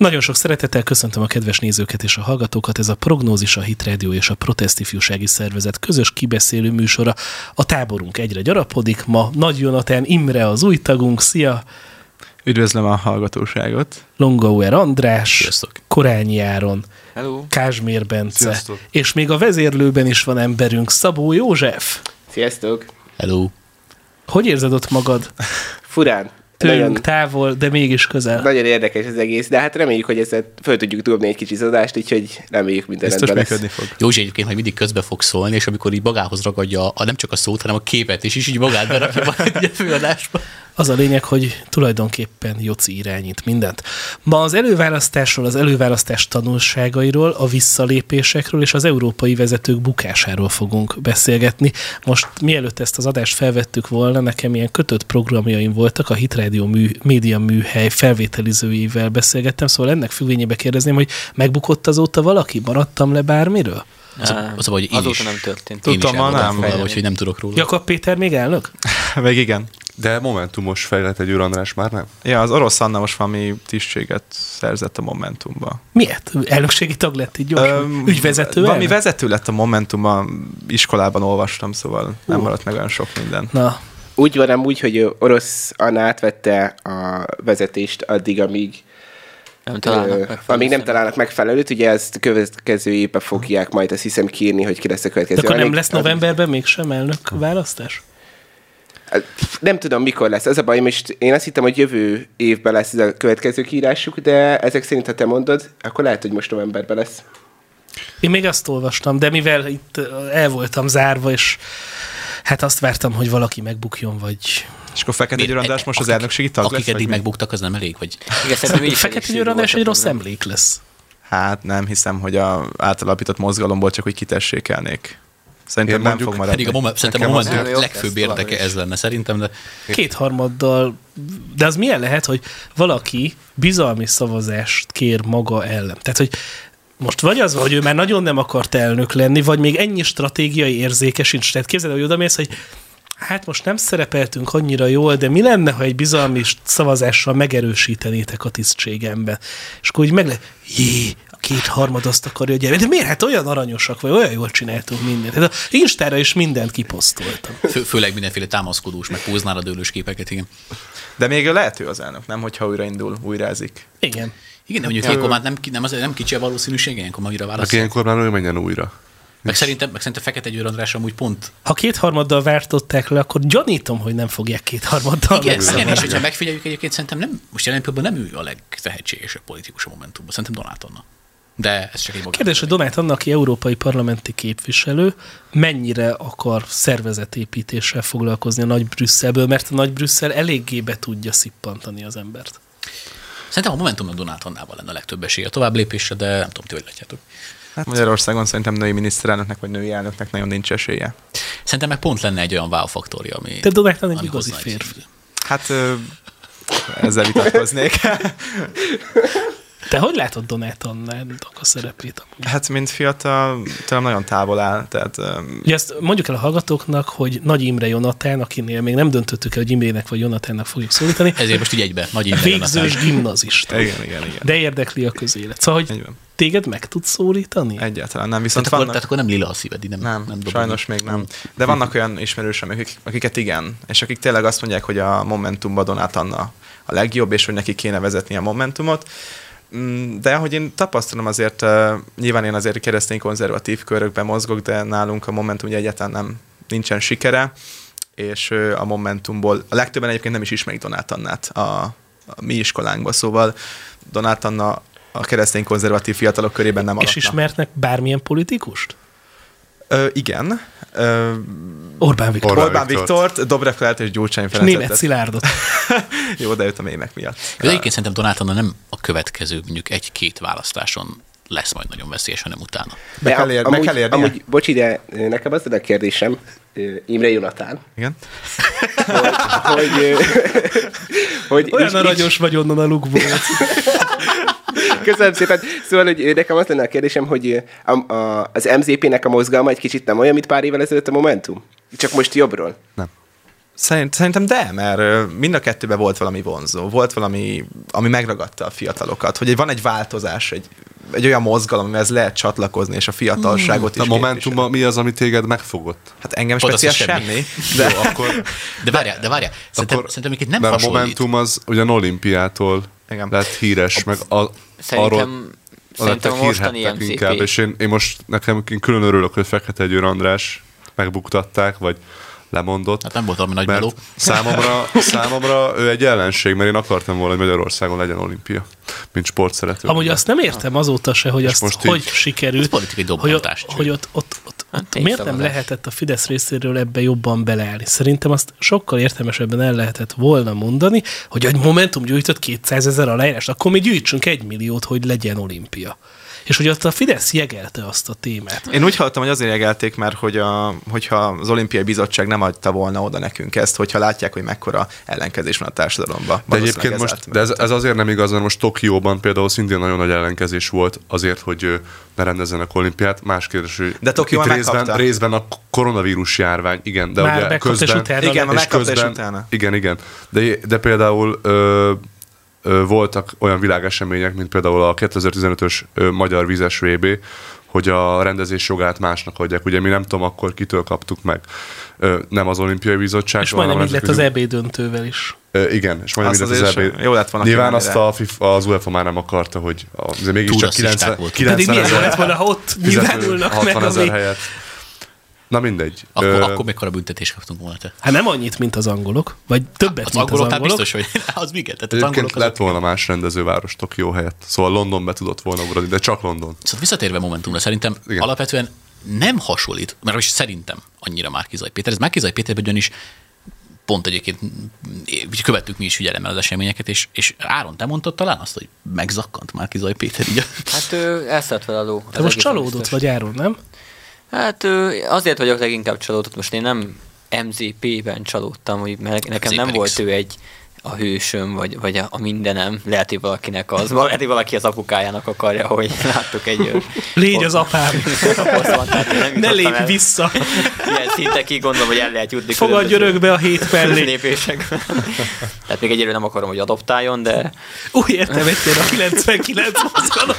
Nagyon sok szeretettel köszöntöm a kedves nézőket és a hallgatókat. Ez a Prognózis, a Hit Radio és a Protest Ifjúsági Szervezet közös kibeszélő műsora. A táborunk egyre gyarapodik. Ma Nagy Jonatán Imre az új tagunk. Szia! Üdvözlöm a hallgatóságot. Longauer András, Sziasztok. Korányi Áron, Hello. Kázsmér Bence, Sziasztok. És még a vezérlőben is van emberünk, Szabó József. Sziasztok! Hello. Hogy érzed ott magad? Furán. Tőlünk Nagyon, távol, de mégis közel. nagyon érdekes az egész, de hát reméljük, hogy ezzel föl tudjuk dobni egy kicsit adást, úgyhogy reméljük minden Biztos rendben lesz. működni fog. Józsi egyébként majd mindig közbe fog szólni, és amikor így magához ragadja nem csak a szót, hanem a képet is, és így magát berakja majd egy főadásba. Az a lényeg, hogy tulajdonképpen Joci irányít mindent. Ma az előválasztásról, az előválasztás tanulságairól, a visszalépésekről és az európai vezetők bukásáról fogunk beszélgetni. Most mielőtt ezt az adást felvettük volna, nekem ilyen kötött programjaim voltak, a Hit Radio média műhely felvételizőivel beszélgettem, szóval ennek függvényében kérdezném, hogy megbukott azóta valaki? Maradtam le bármiről? Az, hogy én Azóta is, nem történt. Tudtam, ma nem. hogy nem tudok róla. Jakab Péter még elnök? Meg igen. De Momentumos fejlett egy András már nem? Ja, az orosz Anna most valami tisztséget szerzett a Momentumba. Miért? Elnökségi tag lett így gyorsan? Ügyvezető Valami elnök? vezető lett a Momentumban, iskolában olvastam, szóval nem maradt meg olyan sok minden. Na, Úgy van amúgy, hogy orosz Anna átvette a vezetést addig, amíg nem találnak megfelelőt, ugye ezt következő évben fogják majd azt hiszem kiírni, hogy ki lesz a következő. de akkor nem elnök. lesz novemberben mégsem elnök választás? Nem tudom, mikor lesz. Az a baj, most én azt hittem, hogy jövő évben lesz ez a következő kiírásuk, de ezek szerint, ha te mondod, akkor lehet, hogy most novemberben lesz. Én még azt olvastam, de mivel itt el voltam zárva, és hát azt vártam, hogy valaki megbukjon, vagy... És akkor Fekete Győr András most az elnökségi tag lesz? Akik eddig vagy mi? megbuktak, az nem elég? Vagy... Fekete Győr András egy rossz emlék lesz. Hát nem hiszem, hogy a átalapított mozgalomból csak úgy kitessékelnék. Szerintem Én nem mondjuk- fog maradni. Pedig szerintem a Nekem az Momentum jobb legfőbb lesz érdeke valami. ez lenne szerintem, de Kétharmaddal, de az milyen lehet, hogy valaki bizalmi szavazást kér maga ellen? Tehát, hogy most vagy az van, hogy ő már nagyon nem akart elnök lenni, vagy még ennyi stratégiai érzéke sincs. Tehát képzeld, hogy odamész, hogy hát most nem szerepeltünk annyira jól, de mi lenne, ha egy bizalmi szavazással megerősítenétek a tisztségemben? És akkor úgy a kétharmad azt akarja, hogy de miért? Hát olyan aranyosak, vagy olyan jól csináltunk mindent. Hát a Instára is mindent kiposztoltam. főleg mindenféle támaszkodós, meg póznára dőlős képeket, igen. De még lehető az elnök, nem? Hogyha újraindul, újrázik. Igen. Igen, de mondjuk ilyenkor már nem kicsi a valószínűsége, ilyenkor már újra Aki válaszol. ilyenkor már ő menjen újra. Meg szerintem Fekete Győr András amúgy pont. Ha kétharmaddal váltották le, akkor gyanítom, hogy nem fogják kétharmaddal Igen, megszavazni. és hogyha megfigyeljük egyébként, szerintem nem, most jelen pillanatban nem ő a legtehetségesebb politikus a Momentumban, szerintem Donát Anna. De ez csak egy maga. Kérdés, hogy Donát Anna, aki európai parlamenti képviselő, mennyire akar szervezetépítéssel foglalkozni a Nagy-Brüsszelből, mert a Nagy-Brüsszel eléggé be tudja szippantani az embert. Szerintem a Momentumnak Donát Annával lenne a legtöbb esélye a tovább lépésre, de nem tudom, ti hogy látjátok. Hát Magyarországon szerintem női miniszterelnöknek vagy női elnöknek nagyon nincs esélye. Szerintem meg pont lenne egy olyan wow faktorja, ami... De Donát Anna egy ami igazi hozna egy- férfi. Hát ezzel vitatkoznék. Te hogy látod Donát Annának a szerepét? Amúgy? Hát mint fiatal, tőlem nagyon távol áll. Tehát, Ugye ezt mondjuk el a hallgatóknak, hogy Nagy Imre Jonatán, akinél még nem döntöttük el, hogy Imrének vagy Jonatánnak fogjuk szólítani, Ezért most így egybe, nagy így végzős gimnazista. igen. De érdekli a közélet. Szóval, hogy Így van. téged meg tudsz szólítani? Egyáltalán nem, viszont Tehát vannak... akkor nem lila a szíved, így Nem, dobod. sajnos még nem. De vannak olyan ismerősöm, akiket igen, és akik tényleg azt mondják, hogy a Momentumban Donát Anna a legjobb, és hogy neki kéne vezetni a Momentumot. De ahogy én tapasztalom azért, nyilván én azért keresztény konzervatív körökben mozgok, de nálunk a Momentum ugye egyáltalán nincsen sikere, és a Momentumból a legtöbben egyébként nem is ismerik Donát Annát a mi iskolánkban, szóval Donát Anna a keresztény konzervatív fiatalok körében nem És alatna. ismertnek bármilyen politikust? Igen. Orbán Viktor. Orbán Viktort, Dobrev Klárt és Gyurcsány És Ferencet. Németh Szilárdot. Jó, de őt a mémek miatt. De egyébként szerintem Donát Anna nem a következő mondjuk 1-2 választáson lesz majd nagyon veszélyes, hanem utána. Meg kell érnie. Amúgy, bocsi, de nekem az a kérdésem, Imre Jonatán, Igen? hogy Olyan aranyos vagy onnan a lukból. Köszönöm szépen. Szóval, hogy nekem az lenne a kérdésem, hogy az MZP-nek a mozgalma egy kicsit nem olyan, mint pár évvel ezelőtt a Momentum? Csak most jobbról. Nem. Szerintem mert mind a kettőben volt valami vonzó, volt valami, ami megragadta a fiatalokat, hogy van egy változás, egy olyan mozgalom, amihez lehet csatlakozni, és a fiatalságot is a Momentumban mi az, ami téged megfogott? Hát engem speciál semmi. De, jó, akkor, de várjál. Szerintem még nem mert hasonlít. A Momentum az ugyan olimpiától lett híres, meg Szerintem a mostani MCP. inkább, és én nekem külön örülök, hogy Fekete Győr András megbuktatták, vagy lemondott. Hát nem volt valami nagy meló. Számomra ő egy ellenség, mert én akartam volna, hogy Magyarországon legyen olimpia, mint sportszerető. Amúgy azt nem értem azóta se, hogy hogy sikerült. Ez politikai dobbantás. Hogy ott miért nem lehetett a Fidesz részéről ebbe jobban beleállni? Szerintem azt sokkal értelmesebben el lehetett volna mondani, hogy a Momentum gyűjtött 200 000 aláírást, akkor mi gyűjtsünk 1 milliót, hogy legyen olimpia. És hogy ott a Fidesz jegelte azt a témát. Én úgy hallottam, hogy azért jegelték, mert hogyha az Olimpiai Bizottság nem adta volna oda nekünk ezt, hogyha látják, hogy mekkora ellenkezés van a társadalomban. De egyébként ez azért nem igaz, mert most Tokióban például szintén nagyon nagy ellenkezés volt azért, hogy ne rendezzenek olimpiát. Más kérdés, hogy de itt részben a koronavírus járvány, igen. De már ugye közben, igen, megkapta és utána. Igen. De például voltak olyan világesemények, mint például a 2015-ös Magyar Vízes VB, hogy a rendezés jogát másnak adják. Ugye mi nem tudom akkor kitől kaptuk meg. Nem az Olimpiai Bizottság. És majdnem így lett az EB döntővel is. Igen, és majdnem így lett az EB. Jó lett volna. Nyilván azt az UEFA már nem akarta, hogy mégiscsak 90 pedig milyen jó lett volna, ha ott nyilvánulnak meg, 60 000 helyet. Na mindegy. Akkor mekkora büntetést kaptunk volna te? Hát nem annyit, mint az angolok, vagy többet, mint az angolok. Hát biztos, hogy az miket? Egyébként lett volna más rendezőváros Tokió helyett. Szóval London be tudott volna ugrani, de csak London. Szóval visszatérve Momentumra, szerintem igen. Alapvetően nem hasonlít, mert most szerintem annyira Márki-Zay Péter. Ez Márki-Zay Péterben ugyanis pont egyébként követtük mi is figyelemmel az eseményeket, és Áron, te mondtad talán azt, hogy megzakkant Márki-Zay Péter így. Hát ő elszállt vele a ló. Te most csalódott vagy, Áron, nem? Hát azért vagyok leginkább csalódott, most én nem MZP-ben csalódtam, hogy nekem nem volt ő a hősöm, vagy a mindenem. Lehet, hogy valakinek az. Lehet, hogy valaki az apukájának akarja, hogy láttuk egy... Légy az apám! Ne lépj vissza! Ilyen szintekig gondolom, hogy el lehet jutni. Fogadj örökbe a 7 mellé. Tehát még egyébként nem akarom, hogy adoptáljon, de... Úgy értem, egyszer a 99 mozgalom.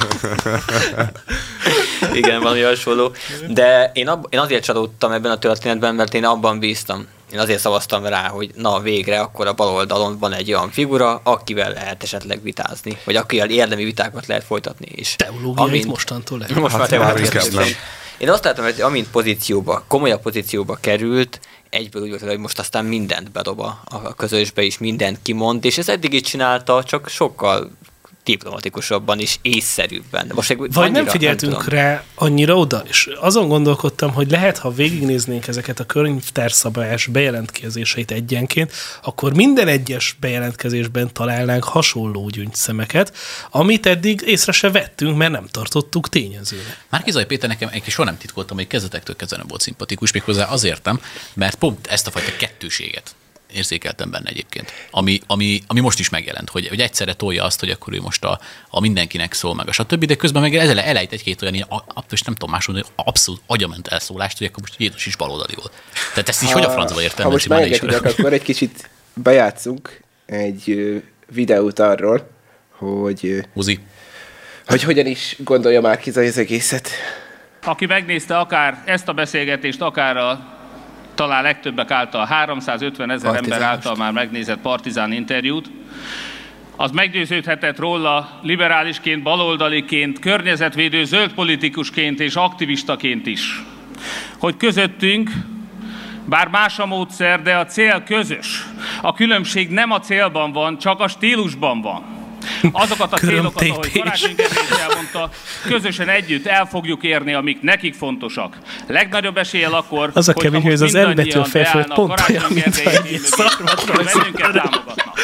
Igen, valami hasonló. De én azért csalódtam ebben a történetben, mert én abban bíztam. Én azért szavaztam rá, hogy na végre akkor a bal oldalon van egy olyan figura, akivel lehet esetleg vitázni, vagy akivel érdemi vitákat lehet folytatni. Teológiait mostantól lehet. Most már teológiait. Én azt látom, hogy amint komolyabb pozícióba került, egyből úgy volt, hogy most aztán mindent bedob a közösbe is, mindent kimond, és ez eddig is csinálta, csak sokkal diplomatikusabban és észszerűbben. Vagy nem figyeltünk rá annyira oda, és azon gondolkodtam, hogy lehet, ha végignéznénk ezeket a könyvtárszabályos bejelentkezéseit egyenként, akkor minden egyes bejelentkezésben találnánk hasonló gyöngyszemeket, amit eddig észre se vettünk, mert nem tartottuk tényezőnek. Márki-Zay Péter nekem egy soha nem titkoltam, hogy kezdetektől kezdve nem volt szimpatikus, méghozzá azért, mert pont ezt a fajta kettőséget érzékeltem benne egyébként. Ami most is megjelent, hogy egyszerre tolja azt, hogy akkor ő most a mindenkinek szól meg a stb., de közben meg ezzel elejt egy-két olyan, és nem tudom máshol, hogy abszolút agyament elszólást, hogy akkor most Jézus is baloldali volt. Tehát ezt is hogy a francba értem? Ha most megengeditek, akkor egy kicsit bejátszunk egy videót arról, hogy hogyan is gondolja Márki-Zay az egészet. Aki megnézte akár ezt a beszélgetést, akár talán legtöbbek által, 350 000 ember által már megnézett Partizán interjút, az meggyőződhetett róla liberálisként, baloldaliként, környezetvédő zöld politikusként és aktivistaként is, hogy közöttünk, bár más a módszer, de a cél közös. A különbség nem a célban van, csak a stílusban van. Azokat a célokat, ahogy Karácsony Gergely elmondta, közösen együtt el fogjuk érni, amik nekik fontosak. Legnagyobb eséllyel akkor, az a kemény, hogy ez az L betű a fejföld pont olyan, mint bennünket támogatnak.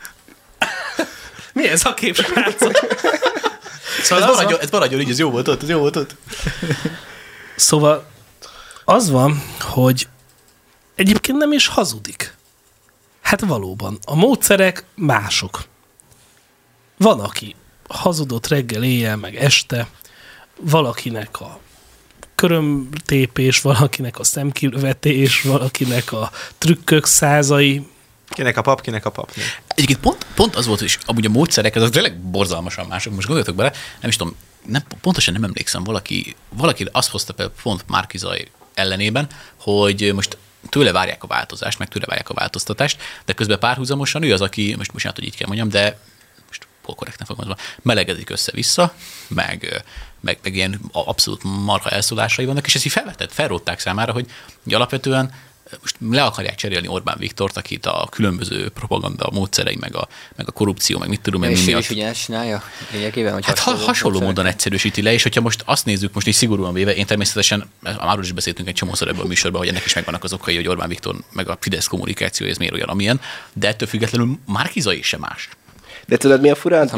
Mi ez a kép, srácok? Szóval ez maradjon így, ez jó volt ott. Szóval az van, hogy egyébként nem is hazudik. Hát valóban, a módszerek mások. Van, aki hazudott reggel, éjjel, meg este, valakinek a körömtépés, valakinek a szemkilövetés, valakinek a trükkök százai. Kinek a pap, kinek a pap. Egyébként pont az volt, hogy amúgy a módszerek, ezek tényleg borzalmasan mások. Most gondoljatok bele, nem is tudom, pontosan nem emlékszem, valaki azt hozta fel pont Márki-Zay ellenében, hogy most tőle várják a változást, meg tőle várják a változtatást, de közben párhuzamosan ő az, aki, most hát, hogy így kell mondjam, de most korrektnek fogalmazva, melegedik össze-vissza, meg ilyen abszolút marha elszólásai vannak, és ezt így felrótták számára, hogy alapvetően most le akarják cserélni Orbán Viktort, akit a különböző propaganda módszerei, meg a korrupció, meg mit tudom én. És ő is ugyanezt csinálja lényegében? Hogy hát hasonló módon egyszerűsíti le, és hogyha most azt nézzük, most így szigorúan véve, én természetesen, már is beszéltünk egy csomószor ebből a műsorban, hogy ennek is megvannak az okai, hogy Orbán Viktor meg a Fidesz kommunikációja, ez miért olyan, amilyen, de ettől függetlenül Márki-Zay sem más. De tudod, mi a furán?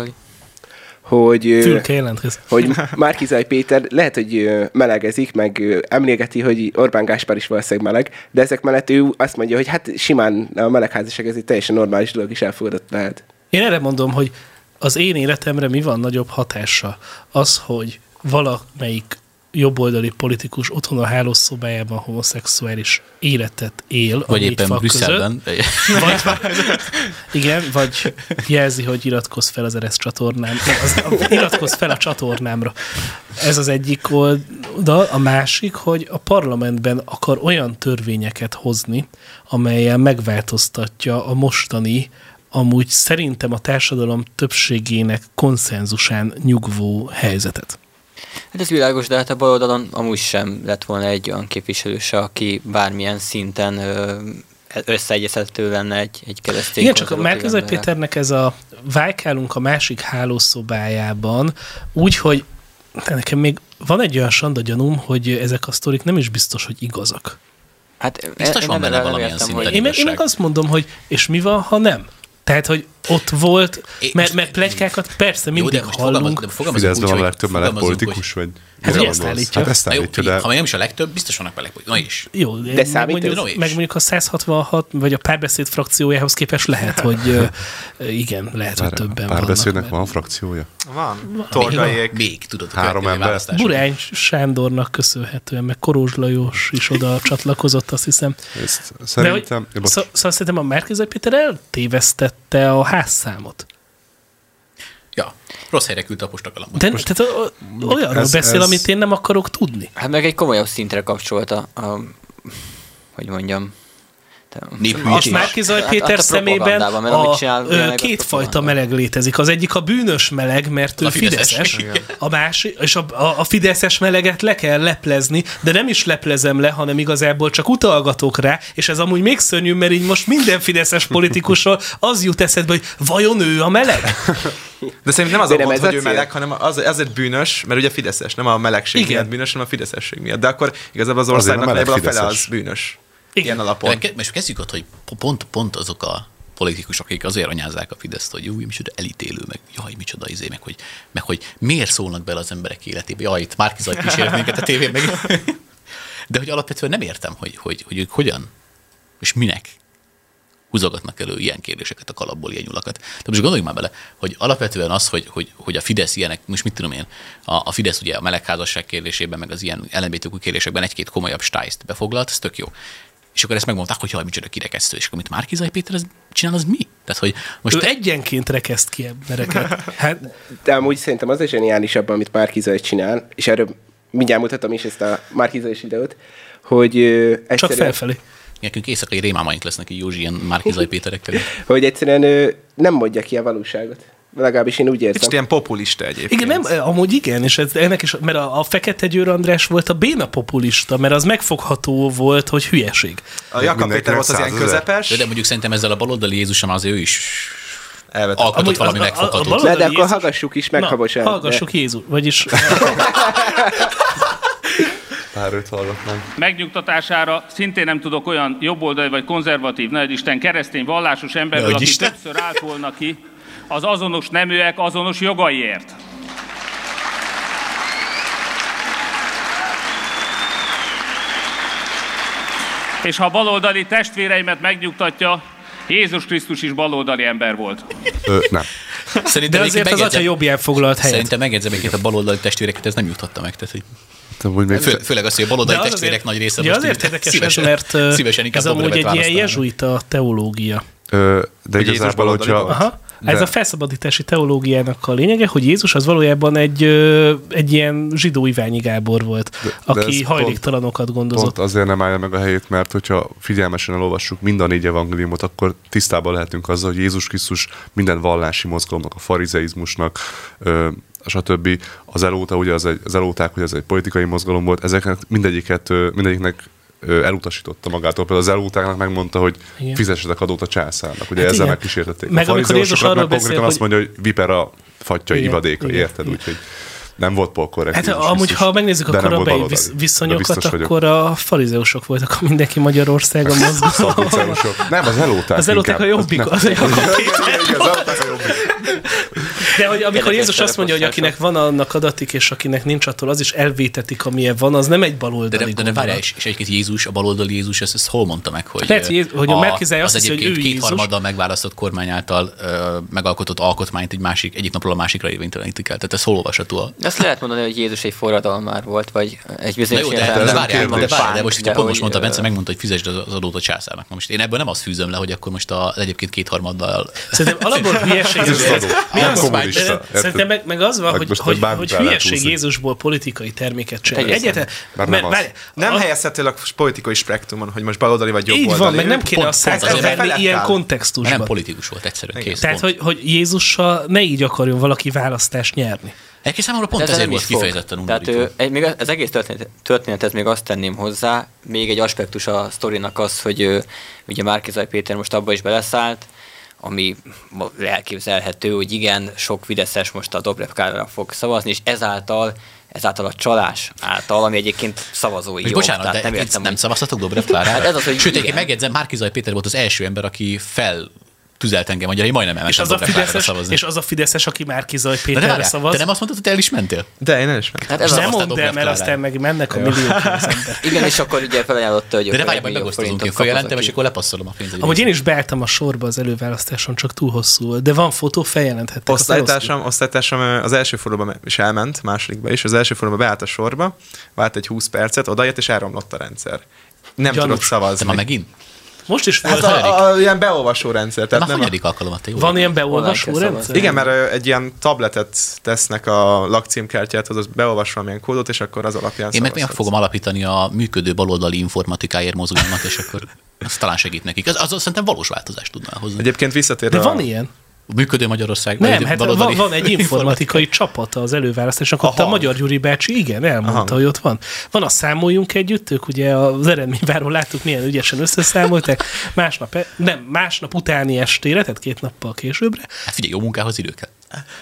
Hogy Márki-Zay Péter lehet, hogy melegezik, meg emlégeti, hogy Orbán Gáspár is valószínűleg meleg, de ezek mellett ő azt mondja, hogy hát simán a melegházasság ez egy teljesen normális dolog is elfogadott lehet. Én erre mondom, hogy az én életemre mi van nagyobb hatással? Az, hogy valamelyik jobboldali politikus otthon a hálószobájában homoszexuális életet él. Vagy éppen Brüsszelben. Igen, vagy jelzi, hogy iratkozz fel az Eresz csatornám. Iratkozz fel a csatornámra. Ez az egyik oldal. A másik, hogy a parlamentben akar olyan törvényeket hozni, amellyel megváltoztatja a mostani, amúgy szerintem a társadalom többségének konszenzusán nyugvó helyzetet. Hát ez világos, de hát a baloldalon amúgy sem lett volna egy olyan képviselő se, aki bármilyen szinten összeegyezhető lenne egy keresztény. Igen, csak a Márki-Zay Péternek ez a vájkálunk a másik hálószobájában, úgyhogy nekem még van egy olyan sanda gyanúm, hogy ezek a sztorik nem is biztos, hogy igazak. Hát biztos van benne valamilyen szinten. Én meg azt mondom, hogy és mi van, ha nem? Tehát, hogy ott volt, mert pletykákat persze mindig hallunk. Fideszben van a legtöbb meleg politikus, vagy? Hát ezt állítja. Hát ezt állítja, de... Ha nem is a legtöbb, biztos vannak meleg politikus. Na is. Jó, de meg mondjuk a 166, vagy a Párbeszéd frakciójához képest lehet, hogy igen, lehet, hogy többen vannak. Párbeszédnek van frakciója? Van. Torgaiék. Még, tudod, 3 ember. Burány Sándornak köszönhetően, meg Korós Lajos is oda csatlakozott, azt hiszem. Szerintem... Szóval szerintem a Márki-Zay Péter eltévesztette a házszámot. Ja, rossz helyre küldte a postakalambot. Tehát olyanról beszél, amit én nem akarok tudni. Hát meg egy komolyabb szintre kapcsolta hogy mondjam... És Márki-Zay Péter szemében kétfajta meleg létezik. Az egyik a bűnös meleg, mert ő fideszes. A másik, és a fideszes meleget le kell leplezni, de nem is leplezem le, hanem igazából csak utalgatok rá, és ez amúgy még szörnyű, mert így most minden fideszes politikusról az jut eszedbe, hogy vajon ő a meleg? De szerintem nem az a gond, hogy ő meleg, hanem azért bűnös, mert ugye fideszes, nem a melegség miatt bűnös, hanem a fideszesség miatt. De akkor igazából az országnak ebből a fele az bűnös. Igen alapon. Most kezdjük ott, hogy pont azok a politikusok, akik azért anyázzák a Fideszt, hogy jó, micsoda elítélő, meg jaj, micsoda izé, meg hogy miért szólnak bele az emberek életébe. Jaj, itt Márki-Zay kísért minket a tévén, meg... De hogy alapvetően nem értem, hogy ők hogyan és minek húzogatnak elő ilyen kérdéseket a kalapból, ilyen nyulakat. De most gondoljunk már bele, hogy alapvetően az, hogy a Fidesz ilyenek, most mit tudom én, a Fidesz ugye a melegházasság kérdésében, meg az ilyen LMBTQ kérdésekben egy-két komolyabb stájzt befoglalt, ez tök jó. És akkor ezt megmondták, hogy jaj, micsoda kirekesztő, és akkor mit Márki-Zay Péter ez csinál, az mi? Tehát, hogy most ő egyenként rekeszt ki embereket. Hát... De amúgy szerintem az a zseniálisabb, amit Márki-Zay csinál, és erről mindjárt mutatom is ezt a Márki-Zay videót, hogy egyszerűen... Csak felfelé. Nekünk éjszakai rémámaink lesznek, Józsi, ilyen Márki-Zay Péterekkel. Hogy egyszerűen nem mondja ki a valóságot. Legalábbis én úgy érzem. Kicsit ilyen populista egyébként. Igen, amúgy igen, és ennek is, mert a Fekete Győr András volt a béna populista, mert az megfogható volt, hogy hülyeség. A Jakab Péter volt az ilyen közepes. De mondjuk szerintem ezzel a baloldali Jézusom az ő is alkotott valami megfoghatót. De akkor hallgassuk is meg, ha bocsánat. Hallgassuk Jézus, vagyis... Pár hallgatnánk. Megnyugtatására szintén nem tudok olyan jobboldali vagy konzervatív, nehogyisten keresztény vallásos emberről, aki többször állt volna ki az azonos neműek azonos jogaiért. És ha baloldali testvéreimet megnyugtatja, Jézus Krisztus is baloldali ember volt. Nem. De azért az atya jobbján foglalt helyet. Szerintem megjegyzem, hogy a baloldali testvéreket ez nem juthatta meg. Tehát, hogy... Főleg az, hogy a baloldali testvérek nagy része most azért érdekes ez, mert szívesen ez amúgy egy ilyen jezsuita teológia. De igazából, hogyha... Ez a felszabadítási teológiának a lényege, hogy Jézus az valójában egy ilyen zsidó Iványi Gábor volt, aki hajléktalanokat gondozott. Pont azért nem állja meg a helyét, mert hogyha figyelmesen elolvassuk mind a 4 evangéliumot, akkor tisztában lehetünk azzal, hogy Jézus Krisztus minden vallási mozgalomnak, a farizeizmusnak, stb. Az elóta, ugye az elóták, hogy ez egy politikai mozgalom volt, ezeknek mindegyiknek elutasította magától. Például az elótáknak megmondta, hogy fizessetek adót a császárnak. Ugye ezzel megkísértették. Meg a farizeusoknak meg konkrétan azt mondja, hogy vipera fattyai ivadéka, érted? Úgyhogy nem volt polkorrekt. Hát amúgy, ha megnézzük a korábbi viszonyokat, akkor a farizeusok voltak a mindenki Magyarországon mozgó. Nem, az elóták. Az elóták a jobbik. De hogy amikor Jézus azt mondja, hogy akinek van, annak adatik, és akinek nincs, attól az is elvétetik, amilyen van, az nem egy baloldali. De várjál, és egyébként Jézus, a baloldali Jézus, ezt hol mondta meg, hogy, lehet, hogy a Melkizály azt hiszi, hogy ő Jézus. Kétharmaddal megválasztott kormány által megalkotott alkotmányt egyik napról a másikra érvénytelenítik el. Tehát ez hol olvasható? Azt lehet mondani, hogy Jézus egy forradalmár volt, vagy egy bizonyos de most pont most mondta Bence, megmondta, hogy fizesd az adót a császárnak. Na most én ebből nem azt fűzöm le, hogy akkor most egyébként kétharmaddal... Szerintem alapból hülyeség. Szerintem meg az van, hogy hülyeség Jézusból politikai terméket csinálni. Nem helyezhetél a politikai spektrumon, hogy most baloldali vagy jobboldali. Így van, meg nem kéne azt venni ilyen kontextusban. Nem politikus volt, egyszerűen kész. Tehát, hogy Jézussal ne így akarjon valaki választást nyerni. Egyébként számomra pont ezért volt kifejezetten undorító. Tehát még az egész történetet még azt tenném hozzá, még egy aspektus a sztorinak az, hogy ugye Márki-Zay Péter most abba is beleszállt, ami elképzelhető, hogy igen, sok fideszes most a Dobrev Klárára fog szavazni, és ezáltal a csalás által, ami egyébként szavazói jog. Bocsánat, de nem szavaztatok Dobrev Klárára? Hát ez az, hogy sőt, egyébként megjegyzem, Márki-Zay Péter volt az első ember, aki tüzelt engem, hogy én majdnem elmentem Dobrev Klárára szavazni. És az a fideszes, aki Márki-Zay Péterre szavaz. Te nem azt mondtad, hogy te el is mentél? De én el is mentem. Hát nem mondd el, mert aztán meg mennek a milliók az ember. Igen, és akkor ugye felajánlotta, hogy... De ne várj, majd megosztozunk, én feljelentem, és akkor lepasszolom a pénzt. Amúgy én is beálltam a sorba az előválasztáson, csak túl hosszú volt. De van fotó, feljelenthettek. Osztálytársam az első fordulóban is elment, másodikba is. Az első fordulóban beállt a sorba, várt egy 20 percet, odaért, és elromlott a rendszer. Nem tudott szavazni. De ma megint? Most is volt. Ilyen beolvasó rendszer. Tehát nem hanyadik alkalommal. Van ilyen beolvasó rendszer? Igen, mert egy ilyen tabletet tesznek a lakcímkártyát, az beolvas valamilyen kódot, és akkor az alapján én meg fogom alapítani a működő baloldali informatikáért mozgalmat, és akkor az talán segít nekik. Az szerintem valós változást tudná hozni. Egyébként visszatér. De van ilyen? Működő Magyarország. Nem, hát van egy informatikai csapata az előválasztásnak, ott a Magyar Gyuri bácsi, igen, elmondta, hogy ott van. Van a Számoljunk együtt, ők ugye az eredményváról láttuk, milyen ügyesen összeszámolták, másnap utáni estére, tehát 2 nappal későbbre. Hát figyelj, jó munkához idő kell.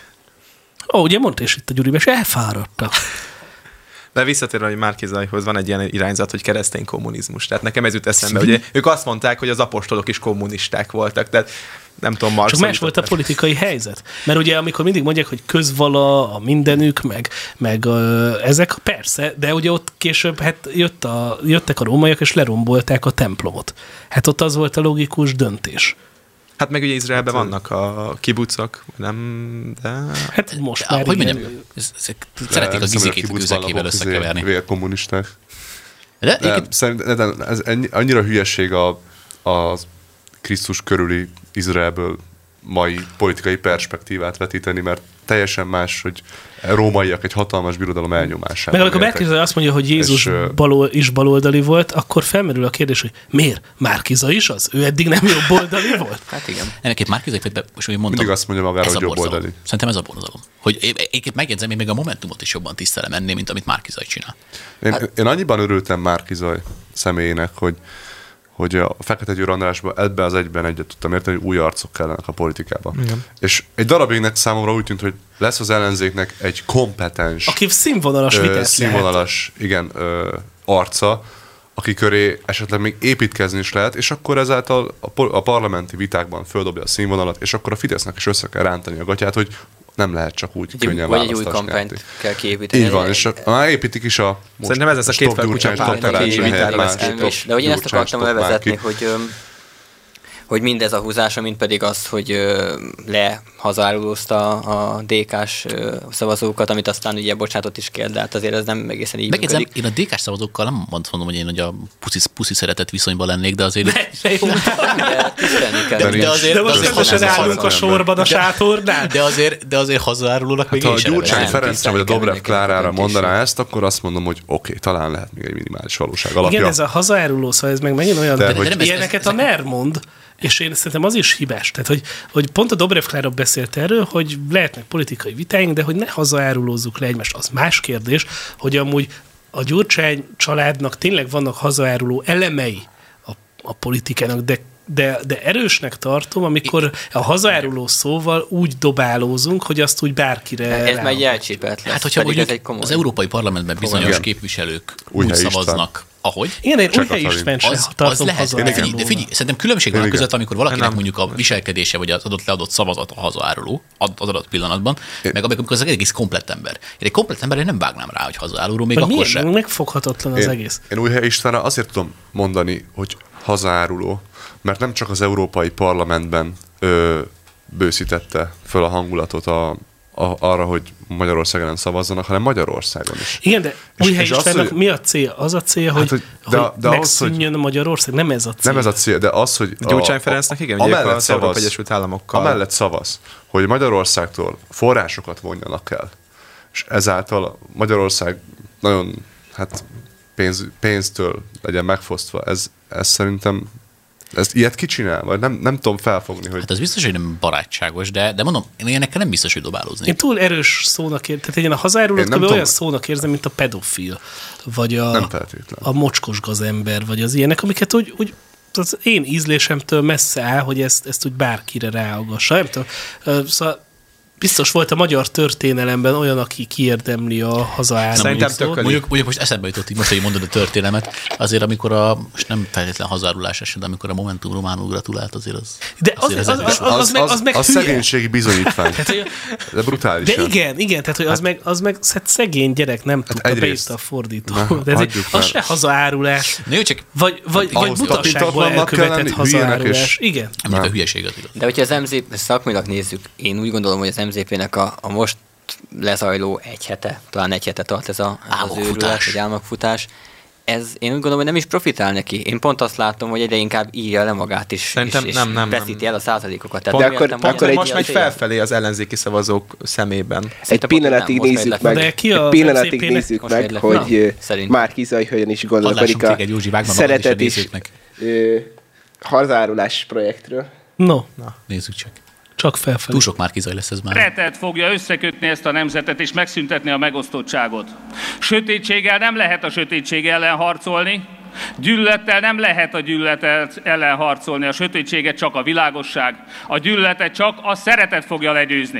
Ugye mondta is itt a Gyuri bácsi, elfáradtak. De visszatérve, hogy Márki-Zayhoz van egy ilyen irányzat, hogy keresztény kommunizmus. Tehát nekem ez jut eszembe, hogy ők azt mondták, hogy az apostolok is kommunisták voltak. Tehát nem tudom, Marx. Csak más volt a politikai helyzet. Mert ugye amikor mindig mondják, hogy közvala, a mindenük, meg ezek, persze, de ugye ott később jöttek a rómaiak, és lerombolták a templomot. Hát ott az volt a logikus döntés. Hát meg ugye Izraelben vannak a kibucok, nem, de... Hát most már hogy mondjam, szeretnék a gizikét tűzekével összekeverni. Vérkommunisták. De szerintem ez annyira hülyeség a Krisztus körüli Izraelből mai politikai perspektívát vetíteni, mert teljesen más, hogy rómaiak egy hatalmas birodalom elnyomásában. Meg amikor Márki-Zay azt mondja, hogy Jézus is baloldali volt, akkor felmerül a kérdés, hogy miért? Márki-Zay is az? Ő eddig nem jobboldali volt? Hát igen. Ennek itt Márki-Zay, most úgy mondtam, mindig azt mondja magára, hogy jobboldali. Szerintem ez a borzalom. Hogy egyébként megjegyzem, én még a Momentumot is jobban tisztelem ennél, mint amit Márki-Zay csinál. Én annyiban örültem Márki-Zay személyének, hogy a Fekete Győr Andrásban ebben az egyben egyet tudtam érteni, hogy új arcok kellenek a politikában. Igen. És egy darabignek számomra úgy tűnt, hogy lesz az ellenzéknek egy kompetens, aki színvonalas vitát színvonalas, igen, arca, aki köré esetleg még építkezni is lehet, és akkor ezáltal a parlamenti vitákban földobja a színvonalat, és akkor a Fidesznek is össze kell rántani a gatyát, hogy nem lehet csak úgy könnyen választást. Vagy egy új kampányt kell kiépíteni. Így van, és már építik is a most szerintem ez lesz a kétfel kutyapárti vitára. De hogy én ezt akartam levezetni, hogy mindez a húzása, mint pedig az, hogy lehazárulózta a DK-s szavazókat, amit aztán ugye bocsátott is kell, de hát azért ez nem egészen így működik. Én a DK-s szavazókkal nem mondom, hogy én a puszi szeretett viszonyban lennék, de azért... De most összesen állunk a sorban a sátornál. De azért hazárulónak még én sem. Ha a Gyurcsány Ferencre vagy a Dobrev Klárára mondaná ezt, akkor azt mondom, hogy oké, talán lehet még egy minimális valóság alapja. Igen, ez a hazáruló, szóval ez meg megint olyan, de ilyeneket a NER mond, és én szerintem az is hibás. Tehát, hogy pont a Dobrev Klára beszélt erről, hogy lehetnek politikai vitáink, de hogy ne hazárulózzuk le egymást. Az más kérdés, hogy amúgy a Gyurcsány családnak tényleg vannak hazáruló elemei a politikának, de erősnek tartom, amikor a hazáruló szóval úgy dobálózunk, hogy azt úgy bárkire ez már jelcsépelt lesz. Hát, hogyha az Európai Parlamentben bizonyos képviselők úgy szavaznak, ahogy. Igen, én Újhely István sem tartom hazárulónak. De figyelj, szerintem különbség van között, amikor valakinek mondjuk a viselkedése, vagy az adott leadott szavazat a hazáruló az adott pillanatban, meg amikor az egész komplett ember. Én egy komplett emberre nem vágnám rá, hogy hazáruló, még akkor sem. Megfoghatatlan az egész. Én Újhely Istvánra azért tudom mondani, hogy hazáruló, mert nem csak az Európai Parlamentben bőszítette föl a hangulatot arra, hogy Magyarországon szavazzanak, hanem Magyarországon is. Igen, de Újhely Istvánnak mi a cél? Az a cél, hogy megszűnjön a Magyarország? Nem ez a cél. Nem ez a cél, de az, hogy Gyurcsány Ferencnek igen, ugye az Európai Egyesült Államokkal. Amellett szavaz, hogy Magyarországtól forrásokat vonjanak el, és ezáltal Magyarország nagyon pénztől legyen megfosztva. Ez szerintem ilyet kicsinál? Vagy nem tudom felfogni, hogy... Hát ez biztos, hogy nem barátságos, de mondom, én ilyenekkel nem biztos, hogy dobálózni. Én túl erős szónak érzem. Tehát én a hazárulót olyan szónak érzem, mint a pedofil, vagy a mocskos gazember, vagy az ilyenek, amiket úgy az én ízlésemtől messze áll, hogy ezt úgy bárkire ráagassa. Nem tudom. Szóval biztos volt a magyar történelemben olyan, aki kiérdemli a hazaáruló szót. Mondjuk most eszembe jutott, így most, hogy mondod a történelmet, azért amikor most nem feltétlen hazárulás eset, de amikor a Momentum románul gratulált, azért az... De az meg hülye. szegénységi bizonyítvány. De brutális. De igen, tehát hogy az meg szegény gyerek nem tudta, beírta a fordító. Az se hazaárulás. Vagy butaságból elkövetett hazaárulás. Igen. Mondjuk a hülyeséget. De hogyha az MZP szakmilag nézzük, én úgy gondolom, hogy az MZP-nek a most lezajló talán egy hete tart ez az őrület, egy álmokfutás. Ez én úgy gondolom, hogy nem is profitál neki. Én pont azt látom, hogy egyre inkább írja le magát is, és veszíti el a százalékokat. De akkor most megy felfelé az ellenzéki szavazók szemében. Egy pillanatig nézzük meg, hogy Márki-Zay hogyan is gondolkodik a szeretet és hazárulás projektről. No. Nézzük csak. Csak felfelé. Túl sok Márki-Zay lesz ez már. Szeretet fogja összekötni ezt a nemzetet és megszüntetni a megosztottságot. Sötétséggel nem lehet a sötétség ellen harcolni, gyűlölettel nem lehet a gyűlölet ellen harcolni, a sötétséget csak a világosság, a gyűlöletet csak a szeretet fogja legyőzni.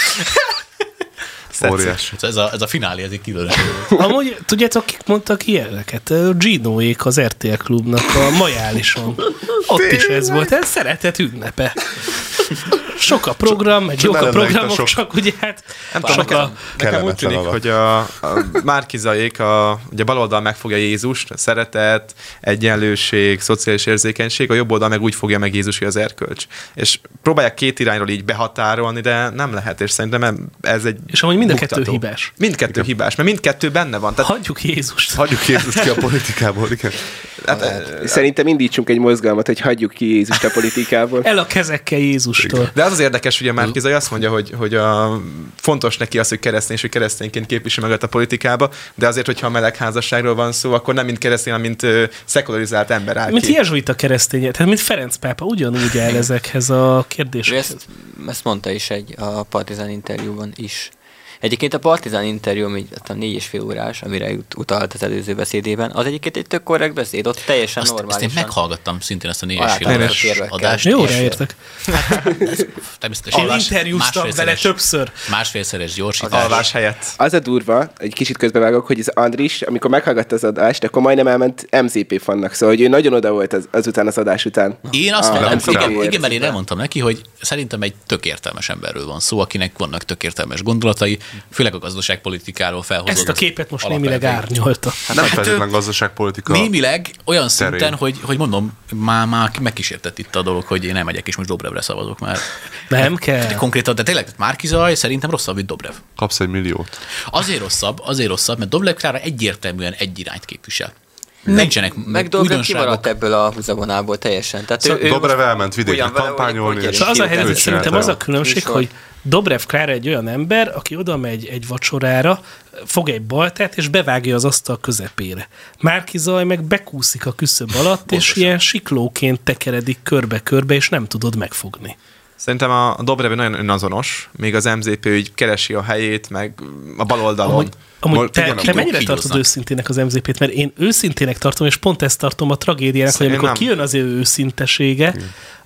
Óriás. Ez a finálé, ez egy kilőre. Amúgy, tudjátok, kik mondtak ilyeneket? Ginoék az RTL Klubnak a Majálison. Ott is ez volt, ez szeretet ünnepe. Sok a program, meg jók a programok, csak ugye hát nekem úgy tűnik, hogy a Márki-Zayék, ugye a baloldal megfogja Jézust, a szeretet, egyenlőség, szociális érzékenység, a jobb oldal meg úgy fogja meg Jézus, hogy az erkölcs. És próbálják két irányról így behatárolni, de nem lehet, és szerintem ez egy és amúgy mind a kettő hibás. Mindkettő hibás, mert mindkettő benne van. Tehát hagyjuk Jézust. Hagyjuk Jézust ki a politikából, igen. Szerintem indítsunk egy mozgalmat, hogy hagyjuk ki Jézust a politikából. El a kezekkel Jézustól. De az érdekes, hogy a Márki-Zay azt mondja, hogy fontos neki az, hogy keresztény, és hogy keresztényként képvisel magát a politikába, de azért, hogyha a melegházasságról van szó, akkor nem mint keresztény, hanem mint szekularizált ember áll ki. Mint jezsuita keresztény, tehát mint Ferenc pápa, ugyanúgy áll ezekhez a kérdésekhez. Ezt mondta is a Partizán interjúban is. Egyébként a Partizán interjú, ami 4,5 órás, amire utalt az előző beszédében, az egyébként egy tök korrekt beszéd, ott teljesen normálisan. Ezt én meghallgattam szintén ezt a 4,5 órás adást. Jó, ráértek. Természetesen. Én interjúztam vele többször. Másfélszeres gyorsítás. Alvás helyett. Az a durva, egy kicsit közbevágok, hogy az Andris, amikor meghallgatta az adást, akkor majdnem elment MZP fannak, szóval hogy ő nagyon oda volt azután az adás után. Én azt mondtam, igen, mert én elmondtam neki, hogy szerintem egy tök értelmes emberről van szó, akinek vannak tök értelmes gondolatai, Főleg a gazdaságpolitikáról felhozott. Ezt a képet most némileg árnyolta. Nem feltétlenül gazdaságpolitika. Némileg olyan szinten, hogy mondom, már megkísértett itt a dolog, hogy én elmegyek és most Dobrevre szavazok már. Nem kell. De konkrétan, de tényleg Márki-Zay szerintem rosszabb, mint Dobrev. Kapsz 1 milliót. Azért rosszabb, mert Dobrev Klára egyértelműen egy irányt képvisel. Nincsenek meg Dobrev kimaradt ebből a húzavonából teljesen. Tehát Dobrev elment vidékre kampányolni. És az a helyzet, szerintem az a különbség, hogy Dobrev Klára egy olyan ember, aki oda megy egy vacsorára, fog egy baltát, és bevágja az asztal közepére. Márki-Zay meg bekúszik a küszöb alatt, és ilyen siklóként tekeredik körbe-körbe, és nem tudod megfogni. Szerintem a Dobrev nagyon önazonos, még az MZP úgy keresi a helyét, meg a baloldalon. Amúgy te mennyire tartod őszintének az MZP-t? Mert én őszintének tartom, és pont ezt tartom a tragédiának, hogy amikor kijön az ő őszintesége,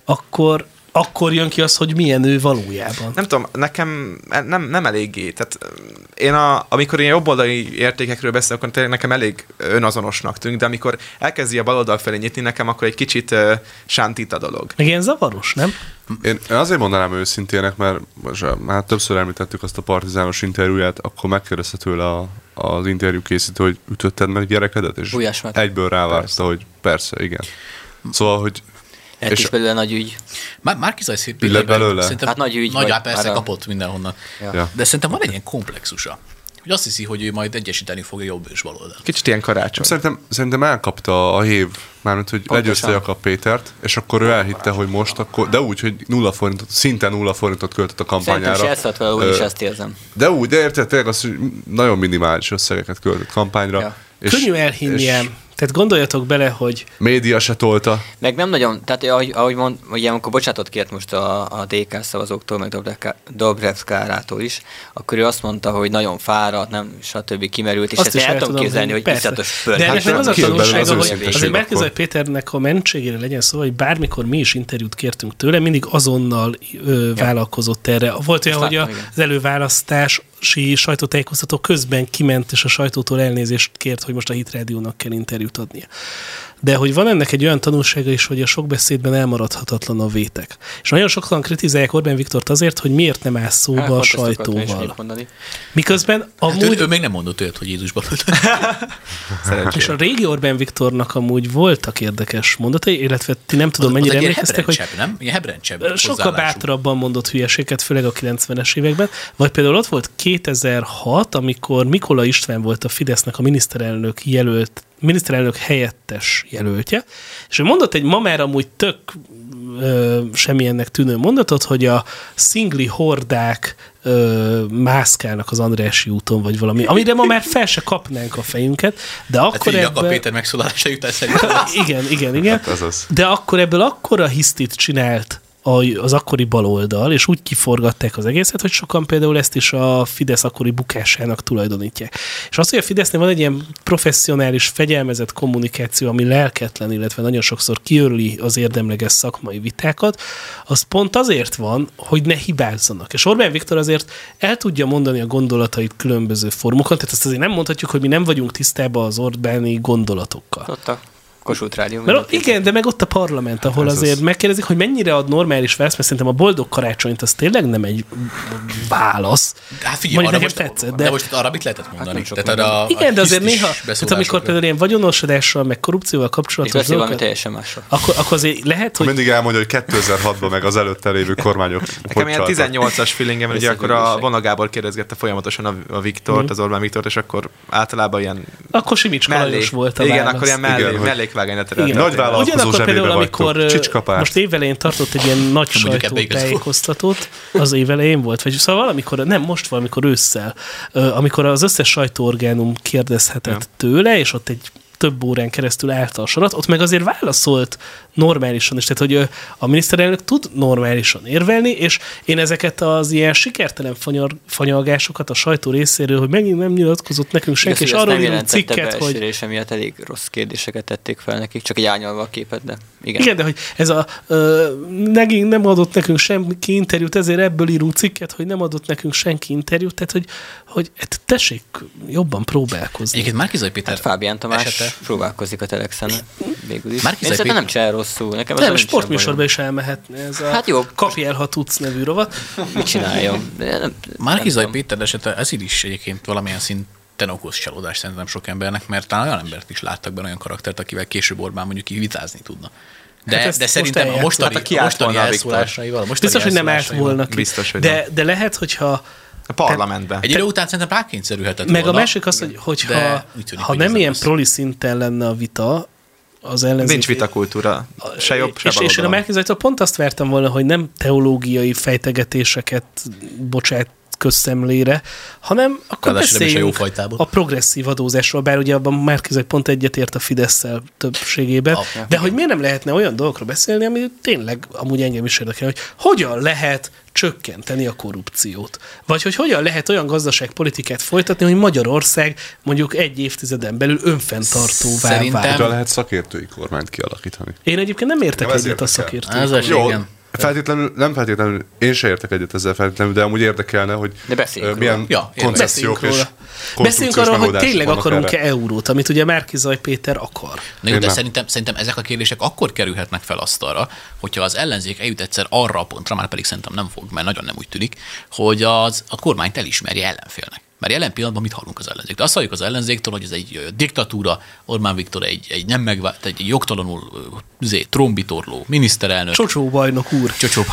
akkor jön ki az, hogy milyen ő valójában. Nem tudom, nekem nem eléggé. Tehát amikor ilyen jobboldali értékekről beszélek, akkor tényleg nekem elég önazonosnak tűnik, de amikor elkezdi a baloldal felé nyitni nekem, akkor egy kicsit sántít a dolog. Meg ilyen zavaros, nem? Én azért mondanám őszintének, mert már többször említettük azt a partizános interjúját, akkor megkérdezte tőle az interjú készítő, hogy ütötted meg gyerekedet, és egyből rávárta, hogy persze, igen. Szóval, hogy és is belőle nagy ügy. Márki-Zay szép belőle. Szerintem hát nagy ügy. Nagy persze kapott mindenhonnan. Ja. De szerintem van egy ilyen komplexusa, hogy azt hiszi, hogy ő majd egyesíteni fogja jobb és baloldal. Kicsit ilyen karácsony. Szerintem elkapta a hév, mármint, hogy legyőzte Jakab Pétert, és akkor ő elhitte, hogy most akkor, de úgy, hogy szinte 0 forintot költött a kampányára. Szerintem se ezt úgy is ezt érzem. De úgy, de érted, tényleg az, hogy nagyon minimális összegeket költött kampányra. Ja. Könnyű elhinni. Tehát gondoljatok bele, hogy... Média se tolta. Meg nem nagyon, tehát ahogy ugye, amikor bocsánatot kért most a DK szavazóktól, meg Dobrev Klárától is, akkor ő azt mondta, hogy nagyon fáradt, nem, stb. Kimerült, és ezt el tudom képzelni, hogy iszonyatos föld. De ennek meg az a tanulsága, hogy azért Márki-Zay Péternek a mentségére legyen szó, hogy bármikor mi is interjút kértünk tőle, mindig azonnal vállalkozott erre. Volt olyan, hogy az előválasztási sajtótájékoztató közben kiment, és a sajtótól elnézést kért, hogy most a Hit Rádiónak kell interjút adnia. De hogy van ennek egy olyan tanulsága is, hogy a sok beszédben elmaradhatatlan a vétek. És nagyon sokan kritizálják Orbán Viktort azért, hogy miért nem áll szóba a sajtóval. Miközben amúgy... Ő még nem mondott olyat, hogy Jézusba És a régi Orbán Viktornak amúgy voltak érdekes mondatai, illetve ti nem tudom, mennyire emlékeztek, hogy sokkal bátrabban mondott hülyeséget, főleg a 90-es években. Vagy például ott volt 2006, amikor Mikola István volt a Fidesznek a miniszterelnök helyettes jelöltje, és ő mondott egy ma már amúgy tök semmilyennek tűnő mondatot, hogy a szingli hordák mászkálnak az Andrássy úton, vagy valami, amire ma már fel se kapnánk a fejünket, de akkor hát Jakab Péter megszólalása jut el szerintem. Igen. Hát de akkor ebből akkora hisztit csinált az akkori baloldal, és úgy kiforgatták az egészet, hogy sokan például ezt is a Fidesz akkori bukásának tulajdonítják. És az, hogy a Fidesznél van egy ilyen professzionális, fegyelmezett kommunikáció, ami lelketlen, illetve nagyon sokszor kiörli az érdemleges szakmai vitákat, az pont azért van, hogy ne hibázzanak. És Orbán Viktor azért el tudja mondani a gondolatait különböző formokon, tehát ezt azért nem mondhatjuk, hogy mi nem vagyunk tisztában az Orbáni gondolatokkal. Kossuth Rádió. Igen, de meg ott a parlament, ahol azért megkérdezik, hogy mennyire ad normális választ, mert szerintem a boldog karácsonyt az tényleg nem egy válasz. Hát figyelj, de most arra mit lehetett mondani? Igen, de azért néha, tehát amikor például ilyen vagyonosodással, meg korrupcióval kapcsolatos dolgokat, teljesen másra. Akkor azért lehet, hogy... Mindig elmondja, hogy 2006-ban meg az előtte lévő kormányok. Nekem ilyen 18-as feelingem, ugye akkor a Vona Gábor kérdezgette folyamatosan a Viktort, az Orbán Viktort, és akkor általában ilyen... Akkor Simicska Lajos volt a válasz. Igen, akkor ilyen mellék nagy vállalkozó zsebébe amikor most évelején tartott egy ilyen nagy sajtótájékoztatót, az évelején volt, vagy szóval valamikor ősszel, amikor az összes sajtóorgánum kérdezhetett tőle, és ott egy több órán keresztül állt a sorat, ott meg azért válaszolt normálisan is, tehát hogy a miniszterelnök tud normálisan érvelni, és én ezeket az ilyen sikertelen fanyalgásokat a sajtó részéről, hogy megint nem nyilatkozott nekünk senki, és arról írunk cikket, hogy... És emiatt elég rossz kérdéseket tették fel nekik, csak egy árnyalva a képet, de igen. Igen, de hogy ez megint nem adott nekünk senki interjút, ezért ebből írunk cikket, hogy nem adott nekünk senki interjút, tehát hogy tessék jobban próbálkozni. Egyébként Márki-Zay Péter Fábián Tamás próbálkozik a Telexen végül is. Márki-Zay Én szerintem nem csinál rosszul. Nekem Nem, sportműsorban is elmehetne ez a Hát jó. Kapj el, ha tudsz nevű rovat. Mit csináljon? Márki-Zay Péter esete, ez is egyébként valamilyen szinten okoz csalódást szerintem sok embernek, mert talán olyan embert is láttak benne, olyan karaktert, akivel később Orbán mondjuk így vitázni tudna. De szerintem a mostani elszólásaival... Biztos, hogy nem állt volna ki. Biztos, hogy de lehet, hogyha... A parlamentben. Egy idő után szerintem rákényszerülhetett meg volna. a másik az, hogyha nem ilyen proli szinten lenne a vita, az ellenzéki... Nincs vitakultúra. Se jobb, se És én a Márki-Zaytól pont azt vártam volna, hogy nem teológiai fejtegetéseket bocsát közszemlére, hanem akkor beszéljünk a progresszív adózásról, bár ugye abban Márki-Zay pont egyetért a Fidesz-szel többségében, de hogy miért nem lehetne olyan dolgokról beszélni, ami tényleg amúgy engem is érdekel, hogy hogyan lehet csökkenteni a korrupciót. Vagy hogy hogyan lehet olyan gazdaságpolitikát folytatni, hogy Magyarország mondjuk egy évtizeden belül önfenntartóvá válik. Hogyan lehet szakértői kormányt kialakítani? Én egyébként nem értek egyet a szakértői. Jó, nem feltétlenül, én se értek egyet ezzel feltétlenül, de amúgy érdekelne, hogy milyen koncepciók és beszéljünk arról, hogy tényleg akarunk-e eurót, amit ugye Márki-Zay Péter akar. Na jó, de szerintem ezek a kérdések akkor kerülhetnek fel asztalra, hogyha az ellenzék eljut egyszer arra a pontra, már pedig szerintem nem fog, mert nagyon nem úgy tűnik, hogy a kormányt elismerje ellenfélnek. Mert jelen pillanatban mit hallunk az ellenzéktől? Azt halljuk az ellenzéktől, hogy ez egy diktatúra, Orbán Viktor egy egy jogtalanul trombitorló miniszterelnök. Csocsóbajnok úr.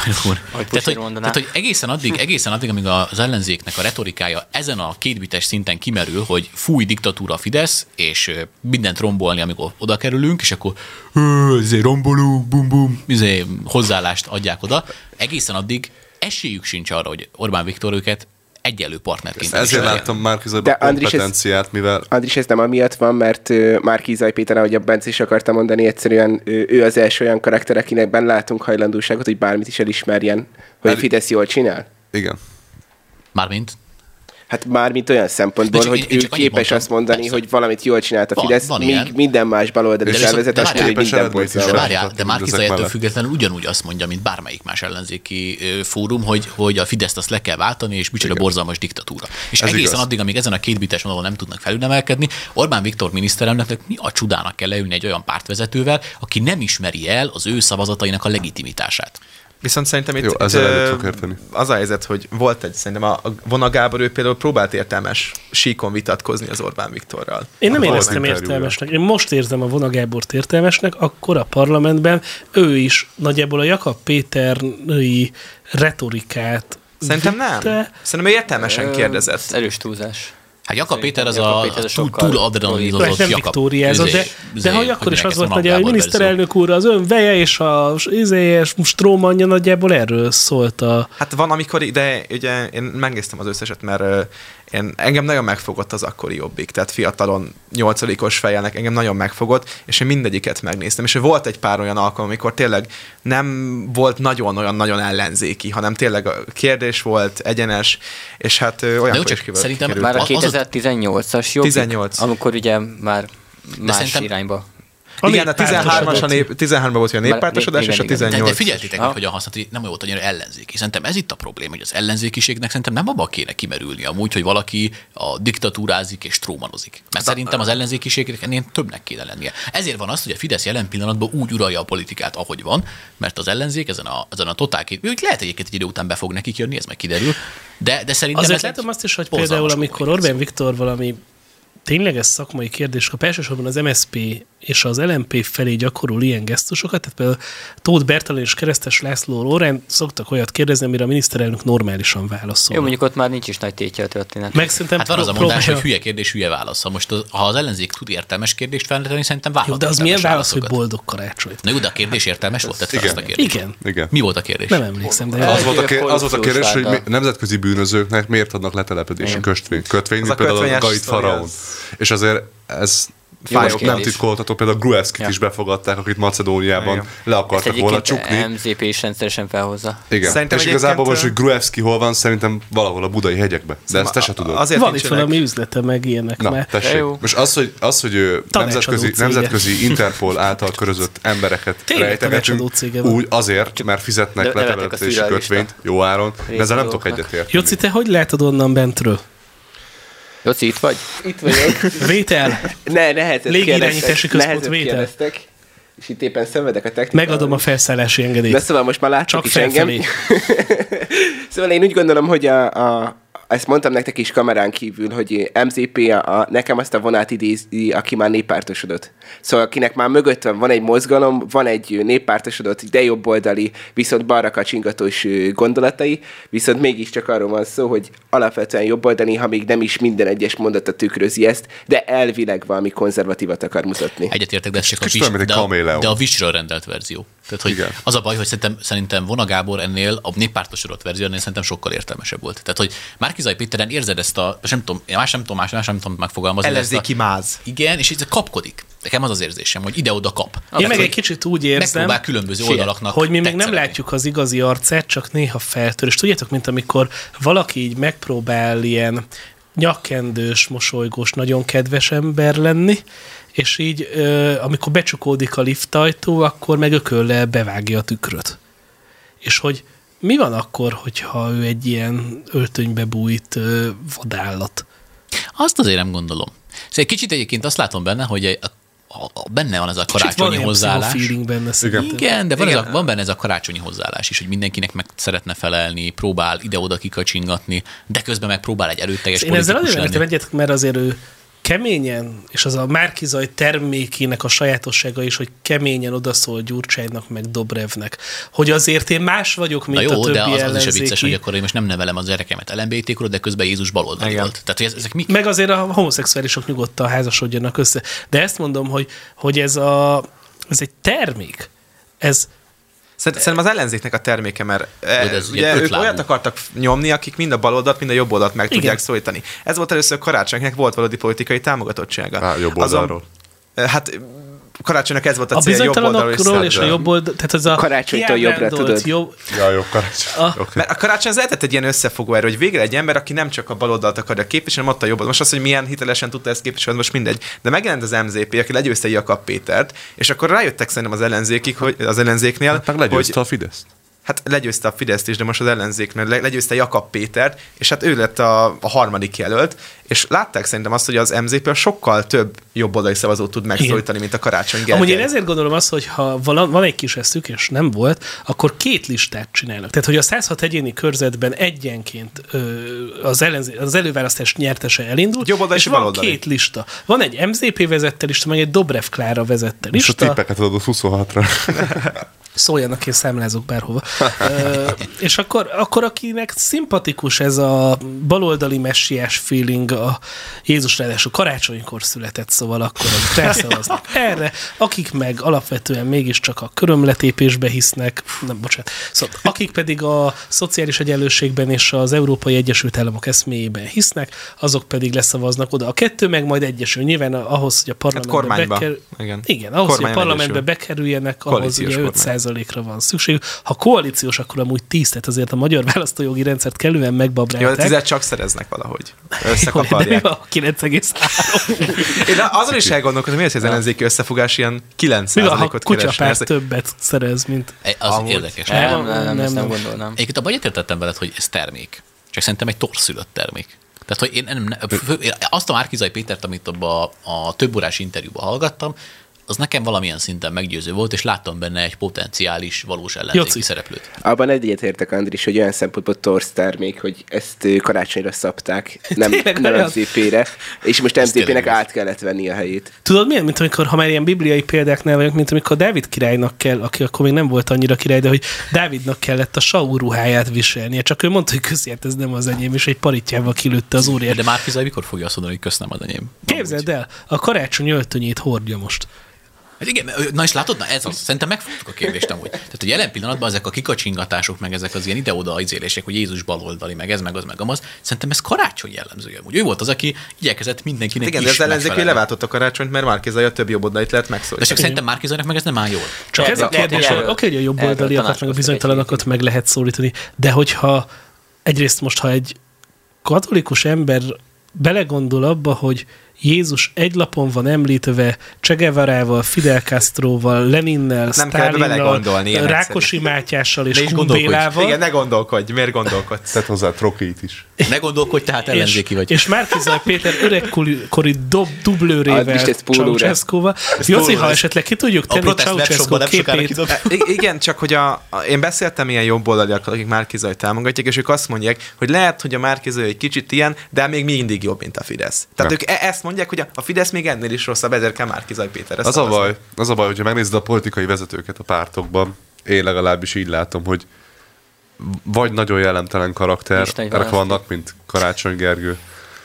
Tehát, hogy egészen addig, amíg az ellenzéknek a retorikája ezen a kétbites szinten kimerül, hogy fúj diktatúra Fidesz, és mindent rombolni, amikor oda kerülünk, és akkor rombolunk, bum-bum, hozzáállást adják oda, egészen addig esélyük sincs arra, hogy Orbán Viktor őket egyenlő partnerként. Ezért láttam Márki-Zayban kompetenciát, mivel... Andris, ez nem amiatt van, mert Márki-Zay Péter, ahogy a Bence is akarta mondani, egyszerűen ő az első olyan karakter, akinekben látunk hajlandóságot, hogy bármit is elismerjen, hogy a Fidesz jól csinál. Igen. Mármint? Hát mármint olyan szempontból, hogy ő képes azt mondani, persze, hogy valamit jól csinált a Fidesz, míg minden más baloldali szervezet azt mondja, hogy minden volt. De Márki-Zay függetlenül ugyanúgy azt mondja, mint bármelyik más ellenzéki fórum, hogy a Fideszt azt le kell váltani, és micsoda borzalmas diktatúra. És ez egészen addig, amíg ezen a kétbites vonalon nem tudnak felülemelkedni, Orbán Viktor miniszterelnöknek mi a csudának kell leülni egy olyan pártvezetővel, aki nem ismeri el az ő szavazatainak a legitimitását. Viszont szerintem itt az a helyzet, hogy volt szerintem a Vona Gábor, ő például próbált értelmes síkon vitatkozni az Orbán Viktorral. Én nem éreztem értelmesnek. Én most érzem a Vona Gábort értelmesnek, akkor a parlamentben ő is nagyjából a Jakab Péteri retorikát szerintem nem. Szerintem ő értelmesen kérdezett. Erős túlzás. Hát Jakab Péter az a túl adrenalinozott nem viktóriázott, de hogy akkor is az volt, hogy a miniszterelnök úr az ön veje és a strómanja nagyjából erről szólt a... Hát van, amikor, de ugye én megnéztem az összeset, mert engem nagyon megfogott az akkori Jobbik, tehát fiatalon 8-os fejelnek engem nagyon megfogott, és én mindegyiket megnéztem, és volt egy pár olyan alkalom, amikor tényleg nem volt nagyon ellenzéki, hanem tényleg a kérdés volt, egyenes, és hát olyankor is került. Már a 2018-as Jobbik, 18. Amikor ugye már más irányba. Igen, a 13-ban volt a néppártosodás, és a 18. De figyeltétek meg, hogyan használt, hogy nem volt annyira ellenzéki. Szerintem ez itt a probléma, hogy az ellenzékiségnek szerintem nem abba kéne kimerülni amúgy, hogy valaki a diktatúrázik és trómanozik. Mert szerintem az ellenzékiségnek ennél többnek kéne lennie. Ezért van az, hogy a Fidesz jelen pillanatban úgy uralja a politikát, ahogy van, mert az ellenzék ezen a totál úgy lehet egyébként egy idő után be fog nekik jönni, ez meg kiderül. De szerintem azért látom azt is, hogy például amikor Orbán Viktor valami tényleges szakmai kérdés, ha elsősorban az MSZP és az LMP felé gyakorol ilyen gesztusokat, tehát például Tóth Bertalan és Keresztes László Lórend szoktak olyat kérdezni, amire a miniszterelnök normálisan válaszol. Jó, mondjuk ott már nincs is nagy tétje a történet. Hát van az a mondás, hogy hülye kérdés, hülye válasz. Most ha az ellenzék tud értelmes kérdést feltenni, szerintem vállalhat. Jó, de az milyen válasz, hogy boldog karácsonyt? Na jó, de a kérdés értelmes volt? Tehát azt a kérdést. Igen. Mi volt a kérdés? Nem emlékszem, de az volt a kérdés, hogy nemzetközi bűnözőknek miért adnak letelepedési kötvényt, mint például a Gait Faraón. És azért ez fájok, nem titkolható, például Gruevskit is befogadták, akit Macedóniában le akartak volna csukni. MZP is rendszeresen felhozza. Igen, szerintem és igazából most, hogy Gruevski hol van, szerintem valahol a budai hegyekben. De ezt te se tudod. Van itt valami üzlete meg ilyenek. Na, tessék. Most az, hogy nemzetközi Interpol által körözött embereket rejtegetünk, úgy azért, mert fizetnek letelepedési kötvényt jó áron, de ezzel nem tudok egyetérteni. Jóci, te hogy látod onnan bentről? Joci, itt vagy? Itt vagyok. Vétel. Légirányítási központ vétel. És itt éppen szenvedek a technikával. Megadom a felszállási engedélyt. De szóval most már láttok csak is engem. Szóval én úgy gondolom, hogy ezt mondtam nektek is kamerán kívül, hogy MZP nekem azt a vonát idézi, aki már néppártosodott. Szóval akinek már mögött van egy mozgalom, van egy néppártosodott, de jobboldali, viszont balra kacsingatós gondolatai, viszont mégiscsak arról van szó, hogy alapvetően jobboldali, ha még nem is minden egyes mondata tükrözi ezt, de elvileg valami konzervatívat akar mutatni. Egyetértek, de ez csak de a Visra rendelt verzió. Tehát, hogy igen. Az a baj, hogy szerintem Vona Gábor ennél a néppártosodott verzió ennél szerintem sokkal értelmesebb volt. Tehát, hogy Márki-Zay Péteren érzed ezt a, nem tudom megfogalmazni. Ellenzéki máz. Igen, és ez kapkodik. Nekem az érzésem, hogy ide-oda kap. Én meg egy kicsit úgy érzem, megpróbál különböző oldalaknak hogy mi még nem látjuk az igazi arcát, csak néha feltör. És tudjátok, mint amikor valaki így megpróbál ilyen nyakkendős, mosolygós, nagyon kedves ember lenni, és így, amikor becsukódik a liftajtó, akkor meg ököllel bevágja a tükröt. És hogy mi van akkor, hogyha ő egy ilyen öltönybe bújt vadállat? Azt azért nem gondolom. Szóval egy kicsit egyébként azt látom benne, hogy benne van ez a karácsonyi hozzáállás. Benne, igen, de van benne ez a karácsonyi hozzáállás is, hogy mindenkinek meg szeretne felelni, próbál ide-oda kikacsingatni, de közben meg próbál egy erőteljes politikus lenni. Én ezzel azért egyet, mert azért ő keményen, és az a Márki-Zay termékének a sajátossága is, hogy keményen odaszól Gyurcsánynak, meg Dobrevnek. Hogy azért én más vagyok, mint a többi ellenzéki. De az is a vicces, hogy akkor én most nem nevelem az gyerekemet LMBT-kről, de közben Jézus baloldali volt. Tehát, hogy ezek mik? Meg azért a homoszexuálisok nyugodtan házasodjanak össze. De ezt mondom, hogy ez egy termék. Szerintem az ellenzéknek a terméke, mert ugye ők olyat akartak nyomni, akik mind a baloldalt, mind a jobb oldalt meg tudják szólítani. Ez volt először Karácsonynak, volt valódi politikai támogatottsága. Jobb oldalról. Hát Karácsonynak ez volt a célja, jobb oldalról és a jobb oldal, tehát ez a Karácsonytól jobbra tudod. Jó, Karácsony. Mert a Karácsony az lehetett egy ilyen összefogó erő, hogy végre egy ember, aki nem csak a baloldalt akarja képviselni, ott a jobb oldalt. Most az, hogy milyen hitelesen tudta ezt képviselni, most mindegy. De megjelent az MZP, aki legyőzte Jakab Pétert, és akkor rájöttek szerintem az ellenzékig, hogy az ellenzéknél, hát meg legyőzte a Fideszt. Hát legyőzte a Fideszt is, de most az ellenzéknél legyőzte Jakab Pétert, és hát ő lett a harmadik jelölt, és látták szerintem azt, hogy az MZP sokkal több jobboldali szavazót tud megszólítani, mint a Karácsony Gergely. Amúgy én ezért gondolom azt, hogy ha van egy kis eszük, és nem volt, akkor 2 listát csinálnak. Tehát, hogy a 106 egyéni körzetben egyenként az előválasztás nyertese elindult, és van 2 lista. Van egy MZP vezette lista, meg egy Dobrev Klára vezette lista. És a tippeket adod 26-ra. Szóljanak, én számlázok bárhova. És akkor akinek szimpatikus ez a baloldali messiás feeling, a Jézus ráadásul karácsonykor született, szóval akkor felszavaznak erre, akik meg alapvetően mégiscsak a körömletépésbe hisznek, szóval akik pedig a szociális egyenlőségben és az Európai Egyesült Államok eszméjében hisznek, azok pedig leszavaznak oda. A 2 meg majd egyesül. Nyilván ahhoz, hogy a parlamentbe ahhoz, hogy a parlamentbe bekerüljenek, ahhoz ugye 5%-ra van szükség. Ha koalíciós, akkor amúgy 10, tehát azért a magyar választójogi rendszert kellően megbabrálták. Jó, 10 csak szereznek valahogy. Összekaparják. 9,3. Én azon is elgondolkodom, hogy az ellenzéki összefogás ilyen 9%-ot keresne. Ha kutyapárt többet szerez, mint... Az érdekes. Nem gondolnám. Egyébként abban egyetértettem veled, hogy ez termék. Csak szerintem egy torszülött termék. Tehát, hogy én azt a Márki-Zay Pétert, amit abban a több órás interjúban hallgattam, az nekem valamilyen szinten meggyőző volt, és láttam benne egy potenciális, valós ellenzéki szereplőt. Abban egyetértek, Andris, hogy olyan szempontból torsz termék, hogy ezt karácsonyra szabták, nem MZP-re, és most MZP-nek át kellett venni a helyét. Tudod milyen, mint amikor, ha már ilyen bibliai példáknál vagyok, mint amikor Dávid királynak kell, aki akkor még nem volt annyira király, de hogy Dávidnak kellett a Saul ruháját viselnie, csak ő mondta, hogy közért ez nem az enyém, és egy paritjával kilőtte az úrért. De Márki-Zay mikor fogja azt mondani, hogy kösz nem az enyém? Képzeld el, a karácsony öltönyét hordja most. Hát igen, na és látod, na ez az, szerintem megfogtuk a kérdést amúgy. Tehát, hogy jelen pillanatban ezek a kikacsingatások, meg ezek az ilyen ide-oda izélések, hogy Jézus baloldali, meg ez, meg az, meg amaz, szerintem ez Karácsony jellemző. Úgy ő volt az, aki igyekezett mindenkinek igen, is megfelelni. Igen, de az ellenzéki leváltott a Karácsonyt, mert Márki-Zay a több jobboldait lehet megszólítani. De csak szerintem Márki-Zaynak meg ez nem áll jól. Csak ez a kérdés, oké, hogy a jobboldaliakat, meg a bizonytalanokat meg lehet szólítani, de hogyha egyrészt most, ha egy katolikus ember belegondol abba, hogy Jézus egy lapon van említve Che Guevarával, Fidel Castroval, Leninnel, Sztálinnal, Rákosi Mátyással és Kumbélával. Igen, ne gondolkodj, miért gondolkodsz? Tedd hozzá Trokit is. Ne gondolkodj, tehát ellenzéki vagy. És Márki-Zay Péter öregkori dublőrével, Ceausescuval. Jóci, ha esetleg ki tudjuk tenni Ceausescu képét. Igen, csak hogy én beszéltem ilyen jobboldaliakkal, akik Márki-Zayt támogatják, és ők azt mondják, hogy lehet, hogy a Márki-Zay egy kicsit ilyen, de még mindig jobb, mint a Fidesz. Tehát ők ezt mondják, hogy a Fidesz még ennél is rosszabb, ezért kell Márki-Zay Péterre szavazni. Az a baj, hogyha megnézed a politikai vezetőket a pártokban, én legalábbis így látom, hogy vagy nagyon jellemtelen karakterek vannak, mint Karácsony Gergő,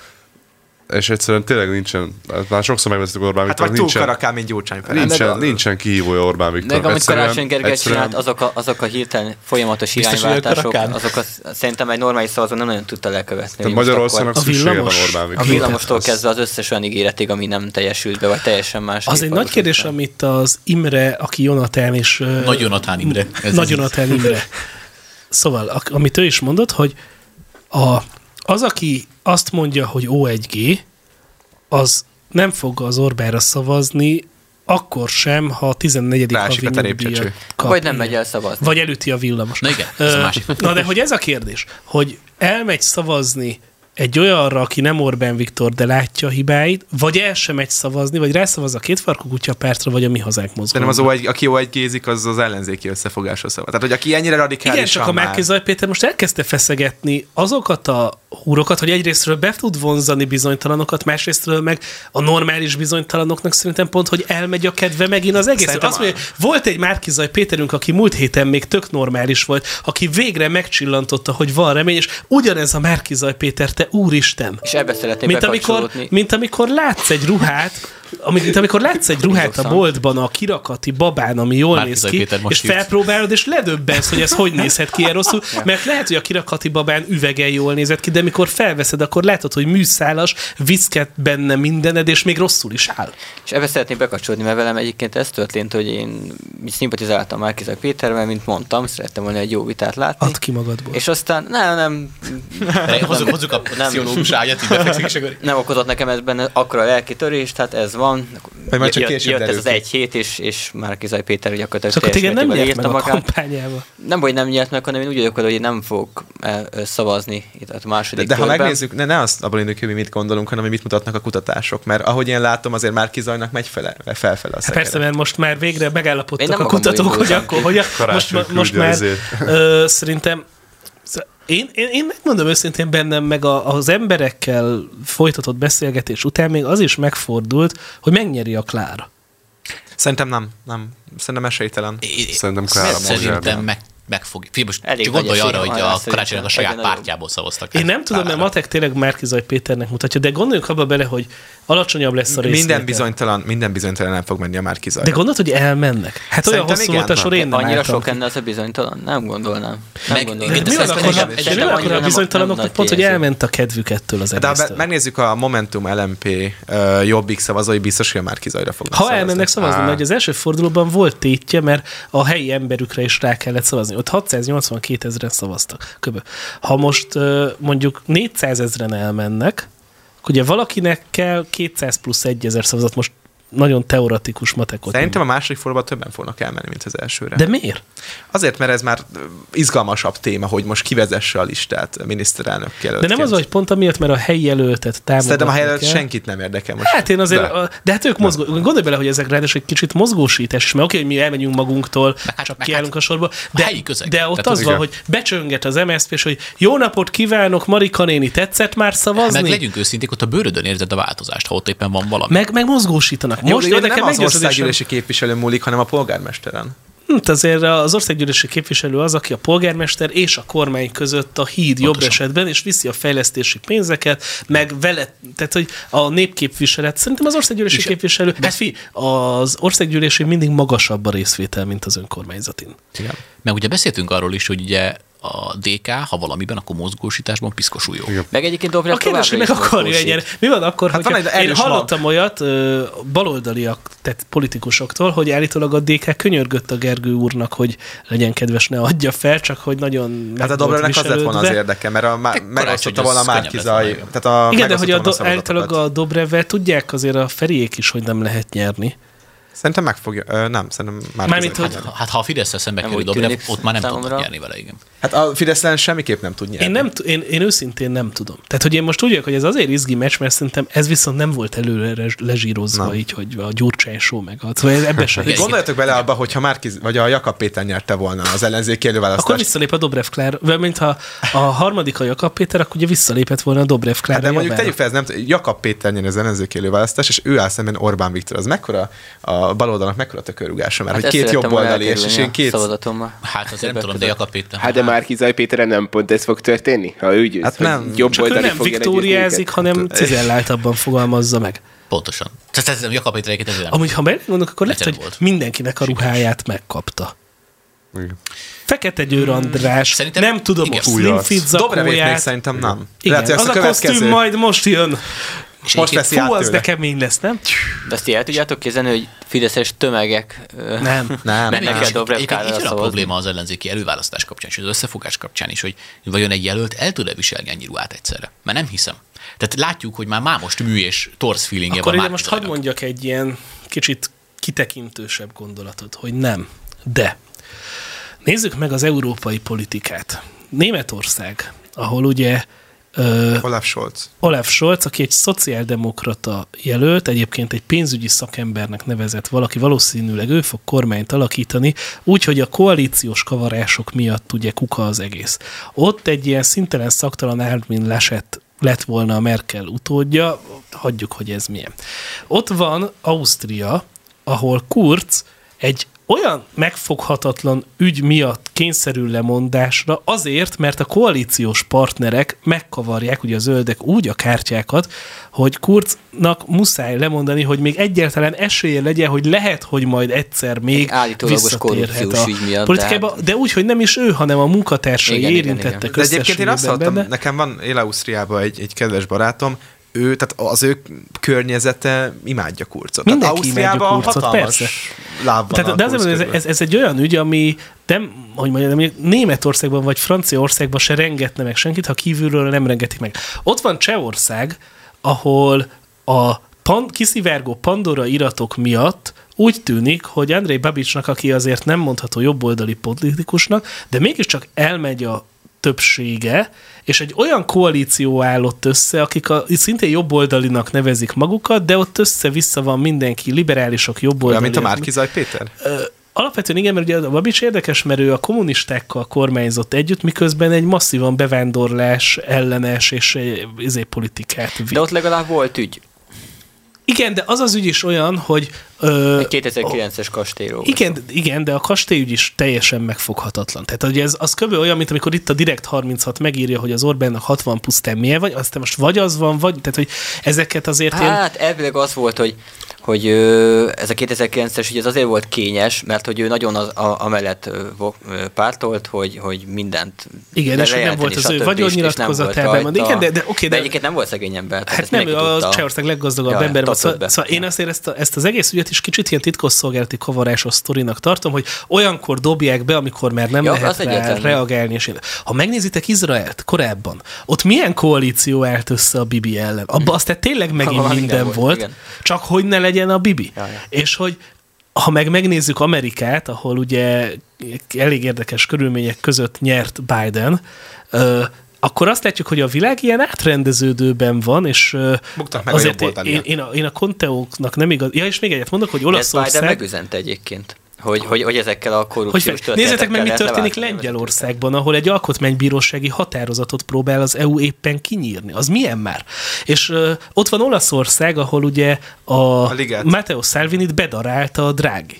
és egyszerűen tényleg nincsen, már sokszor megvezettük Orbán Viktor, vagy túl karakán, mint Gyurcsány Ferenc. Nincsen kihívója Orbán Viktor. Meg amit Karácsony Gergely csinált, azok a hirtelen folyamatos irányváltások, azokat szerintem egy normális szavazó nem nagyon tudta lekövetni. Tehát Magyarországnak szüksége van Orbán Viktor. A villamostól kezdve az összes olyan ígéretig, ami nem teljesült be, vagy teljesen más. Az egy nagy kérdés, amit az Imre, aki Jonatán és... Nagy Jonatán Imre. Nagy Jonatán Imre. Szóval, amit ő is mondott, hogy az, aki azt mondja, hogy O1G, az nem fog az Orbánra szavazni, akkor sem, ha a 14. havi nyugdíjat kap. Vagy nem megy el szavazni. Vagy elüti a villamos. Na igen, ez a másik. Na de hogy ez a kérdés, hogy elmegy szavazni egy olyanra, aki nem Orbán Viktor, de látja a hibáit, vagy el sem megy szavazni, vagy rászavaz a kétfarkú kutya pártra, vagy a Mi Hazánk mozgalomra. De nem aki O1G-zik, az ellenzéki összefogásra szavaz. Tehát, hogy aki ennyire radikálisan igen, csak a Márki-Zay Péter most elkezdte feszegetni azokat a húrokat, hogy egyrésztről be tud vonzani bizonytalanokat, másrésztről meg a normális bizonytalanoknak szerintem pont, hogy elmegy a kedve megint az egész. Azt mondja, volt egy Márki-Zay Péterünk, aki múlt héten még tök normális volt, aki végre megcsillantotta, hogy van remény, és ugyanez a Márki-Zay Péter, te úristen. És ebbe szeretném bekapcsolódni. Mint amikor látsz egy ruhát, a boltban a kirakati babán, ami jól Márki-Zay néz ki, és felpróbálod, és ledöbbensz, hogy ez hogy nézhet ki ilyen rosszul, mert lehet, hogy a kirakati babán üvegen jól nézett ki, de mikor felveszed, akkor látod, hogy műszálas, viszket benne mindened, és még rosszul is áll. És ebbe szeretném bekapcsolódni, mert velem egyébként ez történt, hogy én szimpatizáltam Márki-Zay Péterrel, mint mondtam, szerettem volna egy jó vitát látni. Add ki magadból. És aztán nem hozzuk a pszichológus ágyat, így befekszik, és akkor... Nem okozott nekem ebben akkora lelkitörést, tehát ez van. Jött ez az egy hét, és Márki-Zay Péter gyakorlatilag csak téged nem nyert meg a kampányába. Nem vagy nem nyert meg, hanem én úgy vagyok, hogy én nem fogok szavazni itt a második de körben. Ha megnézzük, ne azt abból induljuk, hogy mi mit gondolunk, hanem hogy mit mutatnak a kutatások, mert ahogy én látom, azért Márki-Zaynak megy felfele a szekere. Persze, mert most már végre megállapodtak a kutatók, hogy akkor, hogy most már szerintem én megmondom őszintén, bennem meg az emberekkel folytatott beszélgetés után még az is megfordult, hogy megnyeri a Klára. Szerintem nem. Szerintem esélytelen. Szerintem Klára Szerintem meg fog. Most csak gondolj arra, hogy a Karácsonynak a saját pártjából szavaztak. Én nem tudom, mert Matek tényleg Márki-Zay Péternek mutatja, de gondoljunk abba bele, hogy alacsonyabb lesz a részvétel. Minden bizonytalan nem fog menni a Márki-Zay. De gondolod, hogy elmennek? Hát olyan hosszú volt a sor, én nem annyira sok lenne az a bizonytalan? Nem gondolnám. Mi az akkor a bizonytalanoknak pont, hogy elment a kedvük ettől az egésztől. De megnézzük a Momentum, LMP, Jobbik szavazói, biztos, hogy a Márki-Zayra fognak szavazni. Ha elmennek szavazni, mert az első fordulóban volt tétje, mert a helyi emberükre is rá kellett szavazni. Ott 682 000 szavaztak. Ha most mondjuk 400 000 elmennek, ugye valakinek kell 200 plusz 1 000 szavazat, most nagyon teoretikus matekot. Szerintem a második fordulóban többen fognak elmenni, mint az elsőre. De miért? Azért, mert ez már izgalmasabb téma, hogy most kivezesse a listát a miniszterelnök jelöltként. De nem az, hogy pont amiatt, mert a helyi jelöltet támogatni. Szerintem a helyi jelölt senkit nem érdekel most. Hát én azért, de hát ők gondolj bele, hogy ezek ráadásul egy kicsit mozgósítás, mert oké, hogy mi elmegyünk magunktól, csak kiállunk a sorba, de ott az van, hogy becsönget az MSZP, és hogy jó napot kívánok, Marika néni, tetszett már szavazni? Meg legyünk őszinték, ott a bőrödön érzed a változást, ha ott éppen van valami. Meg mozgósítanak. Most jó, de nem az országgyűlési képviselő múlik, hanem a polgármesteren. Azért az országgyűlési képviselő az, aki a polgármester és a kormány között a híd pontosan. Jobb esetben, és viszi a fejlesztési pénzeket, meg vele, tehát hogy a népképviselet, szerintem az országgyűlési képviselő, az országgyűlési mindig magasabb a részvétel, mint az önkormányzatin. Igen. Meg ugye beszéltünk arról is, hogy ugye a DK, ha valamiben, akkor mozgósításban piszkosul jó. Meg egyébként Dobrev a kérdés, hogy meg akarja egyen. Mi van akkor, Hát hogy van én hallottam olyat baloldaliak, tehát politikusoktól, hogy állítólag a DK könyörgött a Gergő úrnak, hogy legyen kedves, ne adja fel, csak hogy nagyon Hát a Dobrevnek az lett volna az érdeke, mert megosztotta volna a Márki-Zay. Igen, de hogy állítólag a Dobrevvel tudják azért a Feriék is, hogy nem lehet nyerni. Szerintem meg fogja, nem, szerintem Márki-Zay. Hát ha a Fidesz-szel szembe kerül Dobrev, ott már nem tudnak nyerni vele, igen. Hát a Fidesz ellen semmiképp nem tud nyerni. Én őszintén nem tudom. Tehát, hogy én most úgy vagyok, hogy ez azért izgi meccs, mert szerintem ez viszont nem volt előre lezsírozva így, hogy a Gyurcsány show meg az. Ebben sem. Gondoljatok bele abba, hogyha Márki vagy a Jakab Péter nyerte volna az ellenzéki előválasztást. Akkor visszalép a Dobrev Klár, mintha a harmadik a Jakab Péter, akkor ugye visszalépett volna a Dobrev Klár. Hát de mondjuk tegyük fel, ez nem Jakab Péter nyer az ellenzéki előválasztást, és ő áll szemben Orbán Viktor. Az mekkora a baloldalnak mekkora tökörrugása, mert hogy két jobboldali és én két. Hát azért nem tudom, de Jakab Péter. Hát de Márki-Zay Péterre nem pont ez fog történni? Ha ő győz, hát nem. Csak ő nem viktóriázik, hanem cizelláltabban fogalmazza meg. Pontosan. Tehát ez Jakab Péter egyébként ezért nem. Amúgy, ha belegondolok, akkor lehet, hogy mindenkinek a ruháját megkapta. Fekete Győr András, szerintem nem tudom, a Slim Fit zakóját. Még szerintem nem. Igen, az a kosztüm majd most jön. És most veszi át az de kemény lesz, nem? De ezt el tudjátok képzelni, hogy fideszes tömegek nem mennek Dobrev Klárra szavazni. Itt a probléma az ellenzéki előválasztás kapcsán, és az összefogás kapcsán is, hogy vajon egy jelölt el tud-e viselni annyi ruhát egyszerre? Mert nem hiszem. Tehát látjuk, hogy már most mű és torz feelingje van. Akkor ide most hadd mondjak egy ilyen kicsit kitekintősebb gondolatot, hogy nem. De nézzük meg az európai politikát. Németország, ahol ugye Olaf Scholz, aki egy szociáldemokrata jelölt, egyébként egy pénzügyi szakembernek nevezett valaki, valószínűleg ő fog kormányt alakítani, úgyhogy a koalíciós kavarások miatt ugye kuka az egész. Ott egy ilyen szintelen szaktalan Armin Laschet lett volna a Merkel utódja, hagyjuk, hogy ez milyen. Ott van Ausztria, ahol Kurz egy olyan megfoghatatlan ügy miatt kényszerül lemondásra azért, mert a koalíciós partnerek megkavarják, ugye a zöldek úgy a kártyákat, hogy Kurznak muszáj lemondani, hogy még egyáltalán esélye legyen, hogy lehet, hogy majd egyszer még visszatérhet a politikába, de úgy, hogy nem is ő, hanem a munkatársai érintettek. De egyébként én azt hallottam, nekem van él Ausztriában egy kedves barátom, tehát az ő környezete imádja Kurzot. Mindenki imádja Kurzot, persze. De ez egy olyan ügy, ami nem, hogy mondjam, Németországban vagy Franciaországban se rengetne meg senkit, ha kívülről nem rengetik meg. Ott van Csehország, ahol a kiszivárgó Pandora iratok miatt úgy tűnik, hogy Andrej Babičnak, aki azért nem mondható jobboldali politikusnak, de mégiscsak elmegy a többsége, és egy olyan koalíció állott össze, akik szintén jobboldalinak nevezik magukat, de ott össze-vissza van mindenki, liberálisok, jobboldaliak. Mint a Márki-Zay Péter? Alapvetően igen, mert ugye a Babič érdekes, mert ő a kommunistákkal kormányzott együtt, miközben egy masszívan bevándorlás ellenes és politikát vitt. De ott legalább volt ügy. Igen, de az ügy is olyan, hogy... 2009-es kastélyról. Igen, de a kastélyügy is teljesen megfoghatatlan. Tehát ugye az kb. Olyan, mint amikor itt a Direkt 36 megírja, hogy az Orbánnak 60 pusztán milyen vagy, aztán most vagy az van, vagy... Tehát, hogy ezeket azért... Hát elvileg az volt, hogy ez a 2009-es ügy az azért volt kényes, mert hogy ő nagyon amellett pártolt, hogy mindent igen, és nem volt az ő vagyonnyilatkozatában. Igen, de egyébként nem volt szegény ember. Hát nem, ő a Csehország leggazdagabb ember volt. Szóval én azért ezt az egész ügyet is kicsit ilyen titkosszolgálati kavarásos sztorinak tartom, hogy olyankor dobják be, amikor már nem lehet rá reagálni. És ha megnézitek Izraelt korábban, ott milyen koalíció állt össze a Bibi ellen? Abban aztán tényleg megint minden volt, csak hogy ne legyen a Bibi. Ja. És hogy ha megnézzük Amerikát, ahol ugye elég érdekes körülmények között nyert Biden, akkor azt látjuk, hogy a világ ilyen átrendeződőben van, és azért én a Conteóknak nem igaz... Ja, és még egyet mondok, hogy Olaszország... Ez Biden megüzente egyébként. Hogy ezekkel a korrupciós történetekkel... Nézzétek meg, mi történik Lengyelországban, ahol egy alkotmánybírósági határozatot próbál az EU éppen kinyírni. Az milyen már? És ott van Olaszország, ahol ugye a Matteo Salvinit bedarálta a Draghi.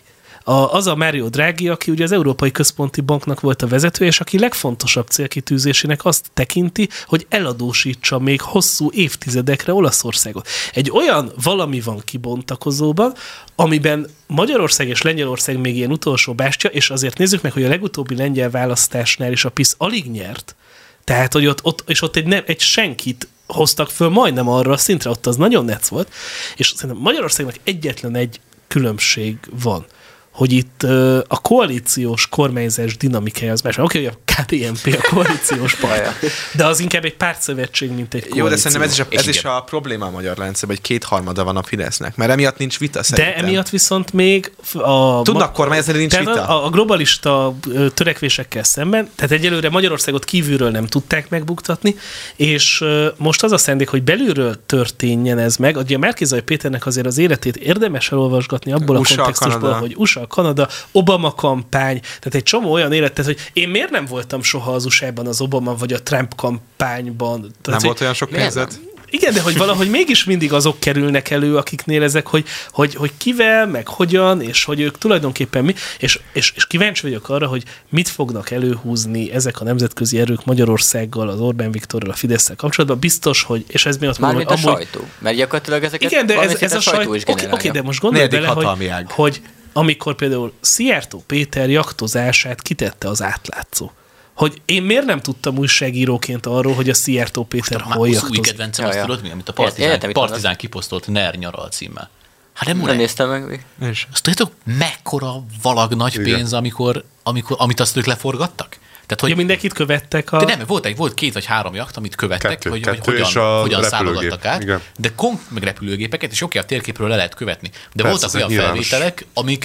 az a Mario Draghi, aki ugye az Európai Központi Banknak volt a vezető, és aki legfontosabb célkitűzésének azt tekinti, hogy eladósítsa még hosszú évtizedekre Olaszországot. Egy olyan valami van kibontakozóban, amiben Magyarország és Lengyelország még ilyen utolsó bástya, és azért nézzük meg, hogy a legutóbbi lengyel választásnál is a PiS alig nyert. Tehát, hogy ott egy senkit hoztak föl majdnem arra a szintre, ott az nagyon nec volt, és szerintem Magyarországnak egyetlen egy különbség van, hogy itt a koalíciós kormányzás dinamikája az más. Oké, hogy a KDNP a koalíciós párt, de az inkább egy pártszövetség, mint egy koalíció. Jó, de szerintem ez is a probléma a magyar rendszerben, hogy 2/3 van a Fidesznek, mert emiatt nincs vita szerintem. De emiatt viszont még tudnak kormányozni, de nincs vita. A globalista törekvésekkel szemben, tehát egyelőre Magyarországot kívülről nem tudták megbuktatni, és most az a szándék, hogy belülről történjen ez meg. Ugye a Márki-Zay Péternek azért az életét érdemes elolvasgatni abból a kontextusból, hogy USA, Kanada, Obama kampány, tehát egy csomó olyan élet, tehát, hogy én miért nem voltam soha az USA-ban az Obama vagy a Trump kampányban. Tehát, nem volt olyan sok pénzed? Igen, de hogy valahogy mégis mindig azok kerülnek elő, akiknél ezek, hogy kivel, meg hogyan, és hogy ők tulajdonképpen mi, és kíváncsi vagyok arra, hogy mit fognak előhúzni ezek a nemzetközi erők Magyarországgal, az Orbán Viktorral, a Fidesszel kapcsolatban. Biztos, hogy, és ez miatt mondom, hogy a sajtó. Mert gyakorlatilag ezeket igen, de ez a sajtó is generálja. Oké, de most gondolj bele, hogy amikor például Szijjártó Péter jaktozását kitette az Átlátszó, hogy én miért nem tudtam újságíróként arról, hogy a Szijjártó Péter hol jaktozik. Új kedvencem, azt tudod mi, amit a Partizán kiposztolt NER nyaral címmel. Hát nem néztem meg még. Azt tudjátok, mekkora valag nagy pénz, amit azt ők leforgattak? Tehát, hogy mindenkit követtek De nem, volt 2 vagy 3 jakt, amit követtek, hogy hogyan szállogattak át, igen. De meg repülőgépeket, és oké, a térképről le lehet követni. De persze, voltak olyan felvételek,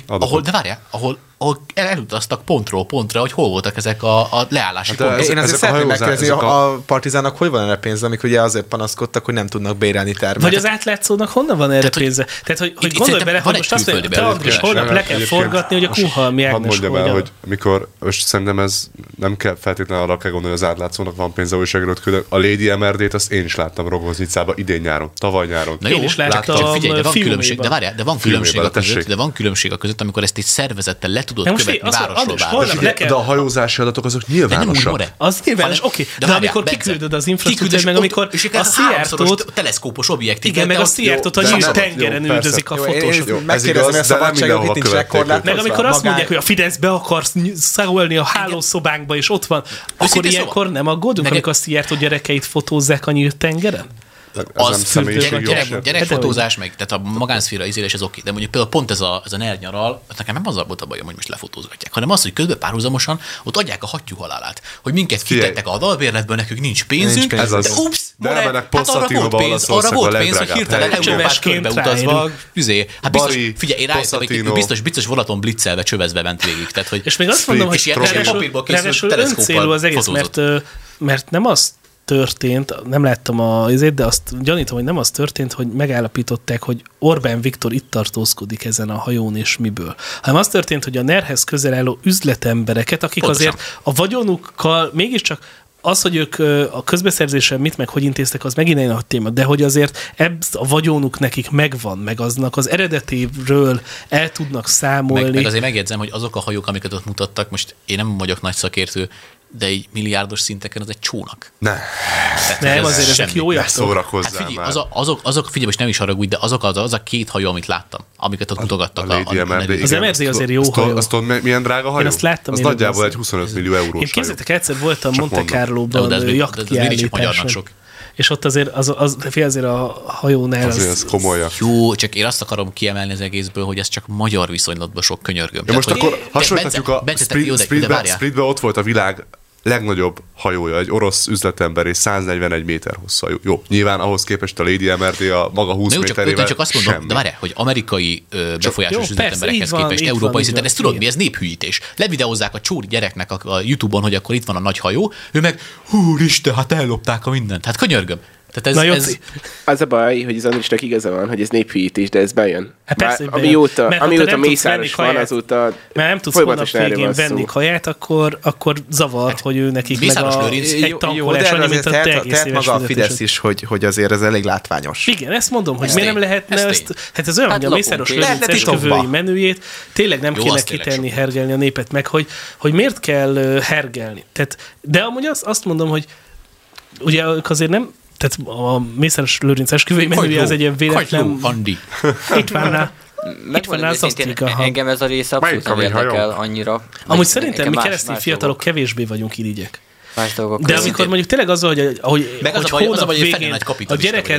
ahol elutaztak pontról pontra, hogy hol voltak ezek a leállási pontok. Én azért szeretném megkérdezni, a Partizánnak hogy van erre pénze, amikor ugye azért panaszkodtak, hogy nem tudnak bérelni termet. Vagy az Átlátszónak honnan van erre pénze? Tehát, hogy gondolj bele, hogy most azt mondja, te Andris, holnap le kell forgatni, hogy a Kunhalmi Ágnes mondjam el, hogy mikor, most szerintem ez nem kell feltétlenül arra kell gondolni, hogy az Átlátszónak van pénze újságírót küldeni. A Lady MRD-t azt én is láttam Rogoznicába idén nyáron, tavaly nyáron. Na jó, én is láttam. Figyelj, de van különbség a között, amikor ezt egy szervezettel le tudod követni városról városra. De a hajózási adatok azok nyilvánosak. Az nyilvános, oké. De amikor kiküldöd az infrastruktúrát, meg amikor a Szijjártót teleszkópos objektív. Igen, meg a Szijjártót a nyílt tengeren üldözik a fotósok. Megkérdezni a szabadságot, itt nincsenek korlátozva. Meg amikor azt mondják, hogy a Fidesz be akarsz szagolni a hálószobánkba, és ott van, akkor ilyenkor nem aggódunk, amikor a Szijjártó gyerekeit fotózzák a nyílt tengeren? Az gyerekfotózás, meg tehát a magánszféra izélés, ez oké. De mondjuk például pont ez a NER nyaral, nekem nem azzal volt a bajom, hogy most lefotózgatják, hanem az, hogy közben párhuzamosan ott adják a hattyú halálát, hogy minket kitettek a dalbérletből, nekünk nincs pénzünk, de ups, arra volt pénz, hogy hirtelen Európát körbeutazva, hát figyelj, én rájöttem, biztos vonaton blitzelve, csövezve ment végig. És még azt mondom, hogy ráadásul öncélú az egész, mert nem azt történt, nem láttam de azt gyanítom, hogy nem az történt, hogy megállapították, hogy Orbán Viktor itt tartózkodik ezen a hajón, és miből. Hanem az történt, hogy a NER-hez közel álló üzletembereket, akik pontosan azért a vagyonukkal mégiscsak az, hogy ők a közbeszerzésen mit meg hogy intéztek, az megint egy nagy téma, de hogy azért a vagyonuk nekik megvan, meg aznak az eredetéről el tudnak számolni. Meg azért megjegyzem, hogy azok a hajók, amiket ott mutattak, most én nem vagyok nagy szakértő, de egy milliárdos szinteken az egy csónak. Nem, azért ezek jó jachtok. Hát figyelj, azok, figyelj, most nem is haragudj, de az a 2 hajó, amit láttam, amiket ott mutogattak. Az MRZ azért jó hajó. Azt tudom, milyen drága hajó? Én azt láttam. Az nagyjából egy 25 millió eurós hajó. Én képzeltek, egyszer voltam Monte Carlo-ban jachtkiállításon. És ott azért azért a hajónál az komolyan. Jó, csak én azt akarom kiemelni az egészből, hogy ez csak magyar viszonylatban sok könyörgöm. Ja, most akkor hasonlíthatjuk a Splitbe ott volt a világ legnagyobb hajója, egy orosz üzletember, és 141 méter hosszú hajó. Jó, nyilván ahhoz képest a Lady MRD a maga 20 méterével csak azt mondom, semmi. De várjál, hogy amerikai befolyásos üzletemberekhez képest európai szinten, ezt tudod mi, ez néphűítés. Levideózzák a csúri gyereknek a YouTube-on, hogy akkor itt van a nagy hajó, ő meg, úristen, hát ellopták a mindent. Hát könyörgöm. Tehát ez... Az a baj, hogy az Andrisnak igaza van, hogy ez néphűítés, de ez bejön. Hát persze, amióta Mészáros van, azóta mert nem tudsz hónap végén venni kaját, akkor zavar, hogy ő nekik Mészáros meg Lőrinc, egy tankolás, annyi, mint a te egész tehet éves maga a Fidesz is, hogy azért ez elég látványos. Igen, ezt mondom, hogy miért nem lehetne ezt, hát ez olyan, hogy a Mészáros Lőrinc esküvői menüjét tényleg nem kéne kitenni, hergelni a népet meg, hogy miért kell hergelni. De amúgy azt mondom, hogy ugye azért nem, tehát a Mészáros Lőrinc esküvői menüje az egy ilyen véletlen... Andi. Itt van az asztrika. Engem ez a része abszolút nem érdekel annyira. Amúgy szerintem mi keresztény fiatalok kevésbé vagyunk irigyek. De amikor mondjuk tényleg az, hogy hónap végén a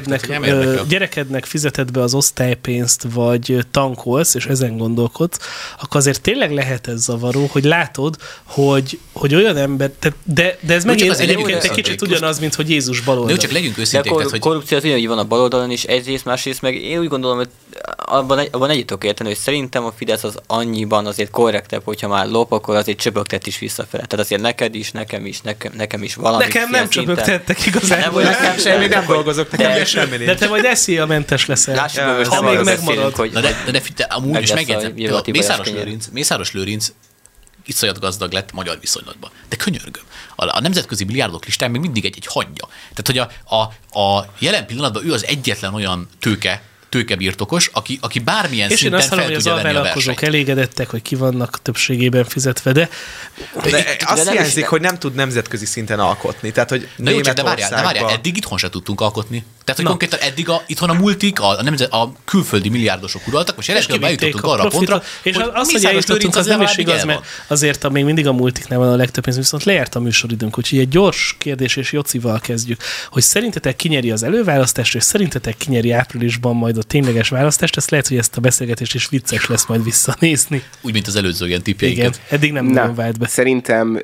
gyerekednek fizeted be az osztálypénzt, vagy tankolsz, és ezen gondolkodsz, akkor azért tényleg lehet ez zavaró, hogy látod, hogy olyan ember, de ez megint egyébként egy kicsit ugyanaz, mint hogy Jézus baloldal. Csak legyünk őszinték. A korrupció az ugyanúgy van a baloldalon is, egyrészt, másrészt meg én úgy gondolom, hogy abban egyet tudok érteni, hogy szerintem a Fidesz az annyiban azért korrektebb, hogyha már lop, akkor azért csöpögtet is visszafele. Tehát azért neked is, nekem is valami. Nekem nem csöpögtettek igazából. Nekem semmi nem dolgozok, nekem semmi nincs. De te majd SZIA mentes leszel. Ha még megmarad. De amúgy is megjegyzem, Mészáros Lőrinc iszonyat gazdag lett magyar viszonylatban. De könyörgöm. A nemzetközi milliárdok listán még mindig egy hangja. Tehát, hogy a jelen pillanatban ő az egyetlen olyan tőkebirtokos, aki bármilyen és szinten fel tudja venni a versenyt. És én azt hallom, hogy az alvállalkozók elégedettek, hogy ki vannak többségében fizetve, de azt hiányzik, hogy nem tud nemzetközi szinten alkotni. Tehát, hogy de várjál, eddig itthon se tudtunk alkotni. Tehát, hogy konkrétan eddig itthon a multik, a külföldi milliárdosok uraltak, most jelenleg eljutottunk arra a pontra, és az, hogy eljutottunk, az nem is igaz, mert azért még mindig a multiknál van a legtöbb pénz, viszont lejárt a műsoridőnk, úgyhogy egy gyors kérdés és Jocival kezdjük, hogy szerintetek kinyeri az előválasztást, és szerintetek kinyeri áprilisban majd a tényleges választást, ezt lehet, hogy ezt a beszélgetést is vicces lesz majd visszanézni. Úgy, mint az előző ilyen tippjeinket. Igen, eddig nem nagyon vált be. Szerintem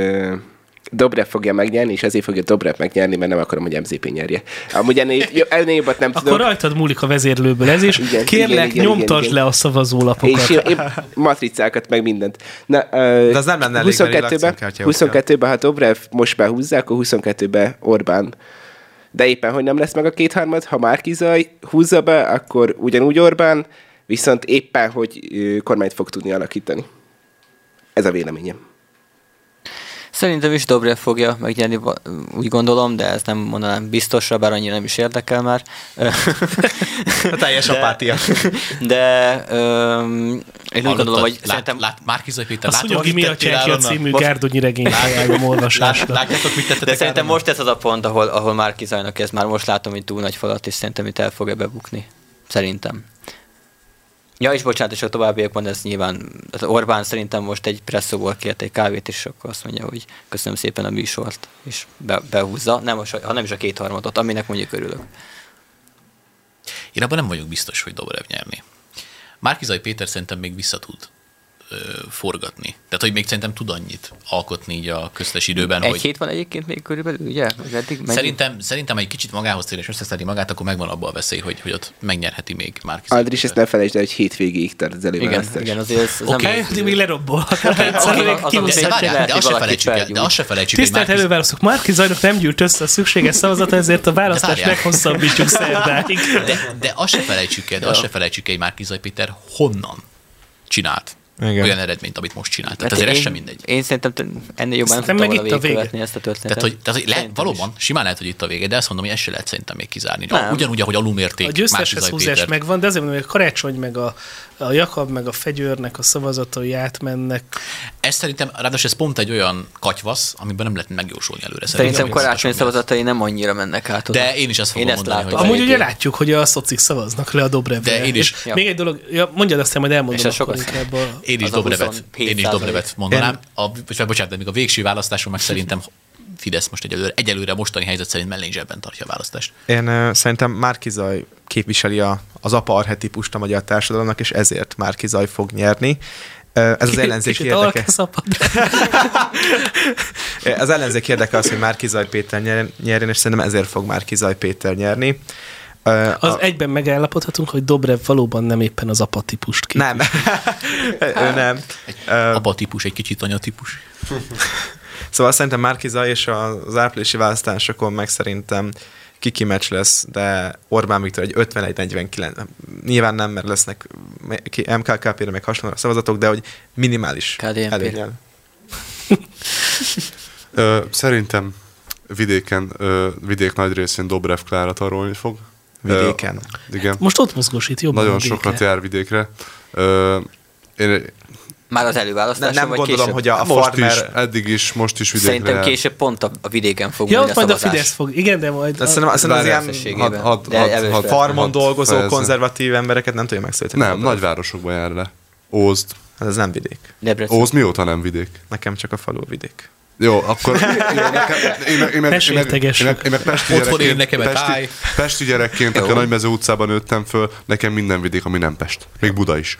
Dobrev fogja megnyerni, és azért fogja Dobrev megnyerni, mert nem akarom, hogy MZP nyerje. Amúgy ennél jobbat nem tudom. Akkor rajtad múlik a vezérlőből ez is. Igen, kérlek, nyomtasd le a szavazólapokat. És matricákat, meg mindent. Na, de az nem lenne elég, 22-ben, ha Dobrev most behúzza, akkor 22-ben Orbán. De éppen, hogy nem lesz meg a kétharmad, ha Márki-Zay húzza be, akkor ugyanúgy Orbán, viszont éppen, hogy kormányt fog tudni alakítani. Ez a véleményem. Szerintem is Dobrev fogja megnyerni, úgy gondolom, de ezt nem mondanám biztosra, bár annyira nem is érdekel már. A teljes apátia. De én úgy gondolom, hogy szerintem... Márki-Zay Péter, a Szúnyogi mi a Cserkél című Gárdonyi regényt ajánlom olvasásra. Látjátok, mit tettetek? De szerintem most ez az a pont, ahol Márki-Zaynak ez már most látom, hogy túl nagy falat, és szerintem itt el fogja bebukni. Szerintem. Ja, és bocsánat, és a továbbiakban ez nyilván, Orbán szerintem most egy presszóból kért egy kávét, és akkor azt mondja, hogy köszönöm szépen a műsort, és behúzza, hanem is a kétharmadot, aminek mondjuk örülök. Én abban nem vagyok biztos, hogy Dobrev nyerni. Márki-Zay Péter szerintem még vissza tud forgatni. Tehát, hogy még szerintem tud annyit alkotni így a köztes időben. Egy hét van egyébként még körülbelül, ugye? Szerintem egy kicsit magához tér és összeszedi magát, akkor megvan abban a veszély, hogy ott megnyerheti még Márki-Zay. Andris, ezt ne felejtsd el, hogy hétvégéig tart az előválasztás. Igen, azért ez Oké, még lerobbolhat. De azt se felejtsük. Tisztelt előválasztók, Márki-Zaynak nem gyűlt össze a szükséges szavazata, ezért a választást meghosszabbítjuk szerdáig. De azt se felejtsük el, hogy Márki-Zay Péter honnan csinált olyan eredményt, amit most csinált. Tehát azért ez sem mindegy. Én szerintem ennél jobban nem tudtam volna végigkövetni ezt a történetet. Tehát valóban, simán lehet, hogy itt a vége, de azt mondom, hogy ezt se lehet szerintem még kizárni. Ugyanúgy, ahogy alulmérték. A győzteshez húzás megvan, de azért mondom, hogy a Karácsony meg a Jakab meg a Fegyőrnek a szavazatai átmennek. Ez szerintem, ráadásul ez pont egy olyan katyvasz, amiben nem lehet megjósolni előre. Szerintem Karácsony szavazatai nem annyira mennek át. De én is ezt fogom mondani, hogy amúgy ugye látjuk, hogy a szocik szavaznak le a Dobrevre. De én is. Még egy dolog, mondjad azt, majd elmondom akkor inkább Én is Dobrevet mondanám. Bocsánat, de még a végső választáson meg szerintem Fidesz most egyelőre mostani helyzet szerint mellény zsebben tartja a választást. Én szerintem Márki-Zay képviseli az apa archetípust a magyar társadalomnak, és ezért Márki-Zay fog nyerni. Ez az ellenzék érdeke. Az ellenzék érdeke az, hogy Márki-Zay Péter nyerjen, és szerintem ezért fog Márki-Zay Péter nyerni. Egyben megállapodhatunk, hogy Dobrev valóban nem éppen az apatípust képvisel. Nem. Ő nem. Apatípus, egy kicsit anyatípus. Szóval szerintem Márki-Zay és az áprilisi választásokon meg szerintem kiki meccs lesz, de Orbán Viktor egy 51-49, nyilván nem, mert lesznek MKKP-re meg hasonló szavazatok, de hogy minimális előnyel. Szerintem vidék nagy részén Dobrev Klára tarolni fog. Vidéken. Igen. Most ott mozgósít jobban. Nagyon sokat jár vidékre. Már az előválasztáson, nem vagy gondolom, később? hogy a most farmer... is, eddig is, most is vidékre Szerintem jár. később pont a vidéken fog Ja, múlni ott a majd a szavazás. Fidesz fog. Igen, de majd... Szerintem az ilyen farmon dolgozó konzervatív embereket nem tudja megszólítani. Nem, nagyvárosokban jár le. Ózd. Hát ez nem vidék. Debrecen. Ózd mióta nem vidék? Nekem csak a falu vidék. Jó, akkor én meg Otthon én nekem egy táj. pesti gyerekként, aki a Nagymező utcában nőttem föl, nekem minden vidék, ami nem Pest. Még Buda is.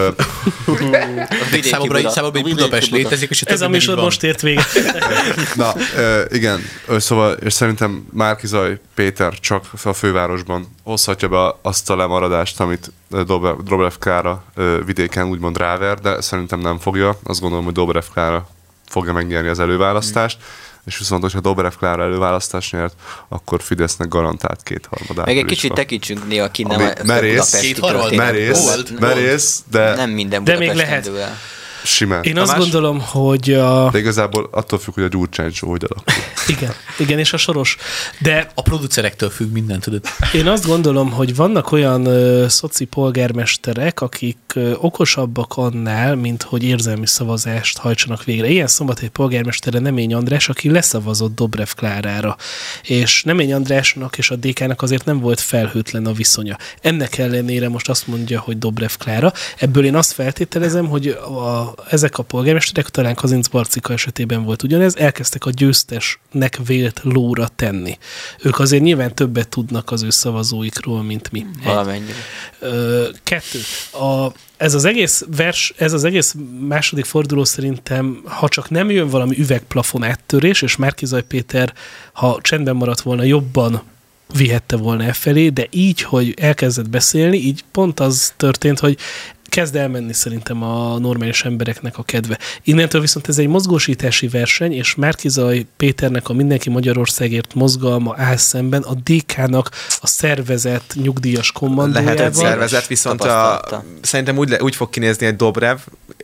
Számomra egy Budapest létezik, és ez a műsor most ért véget. Na, igen, szóval, és szerintem Márki-Zay Péter csak a fővárosban hozhatja be azt a lemaradást, amit Dobrev Klára vidéken úgymond ráver, de szerintem nem fogja. Azt gondolom, hogy Dobrev Klára fogja megnyerni az előválasztást, és viszont, hogyha Dobrev Klára előválasztást nyert, akkor Fidesznek garantált 2/3. Meg egy kicsit tekintsünk néha ki, nem merész, de nem minden de még Budapesten lehet. dől el. simán. Én azt gondolom, hogy De igazából attól függ, hogy a Gyurcsány show hogy alakul. igen, és a Soros. De A producerektől függ minden, tudod. én azt gondolom, hogy vannak olyan szoci polgármesterek, akik okosabbak annál, mint hogy érzelmi szavazást hajtsanak végre. Ilyen Szombathely polgármestere Nemény András, aki leszavazott Dobrev Klárára. És Nemény Andrásnak és a DK-nak azért nem volt felhőtlen a viszonya. Ennek ellenére most azt mondja, hogy Dobrev Klára. Ebből én azt feltételezem, hogy ezek a polgármesterek, talán Kazinc Barcika esetében volt ugyanez, elkezdtek a győztesnek vélt lóra tenni. Ők azért nyilván többet tudnak az ő szavazóikról, mint mi. Valamennyire. 2. Ez az egész második forduló szerintem, ha csak nem jön valami üvegplafon áttörés, és Márki-Zay Péter, ha csendben maradt volna, jobban vihette volna e felé, de így, hogy elkezdett beszélni, így pont az történt, hogy kezd elmenni szerintem a normális embereknek a kedve. Innentől viszont ez egy mozgósítási verseny, és Márki-Zay Péternek a Mindenki Magyarországért mozgalma áll szemben a DK-nak a szervezett nyugdíjas kommandójával. Lehet egy szervezet, viszont szerintem úgy fog kinézni egy Dobrev,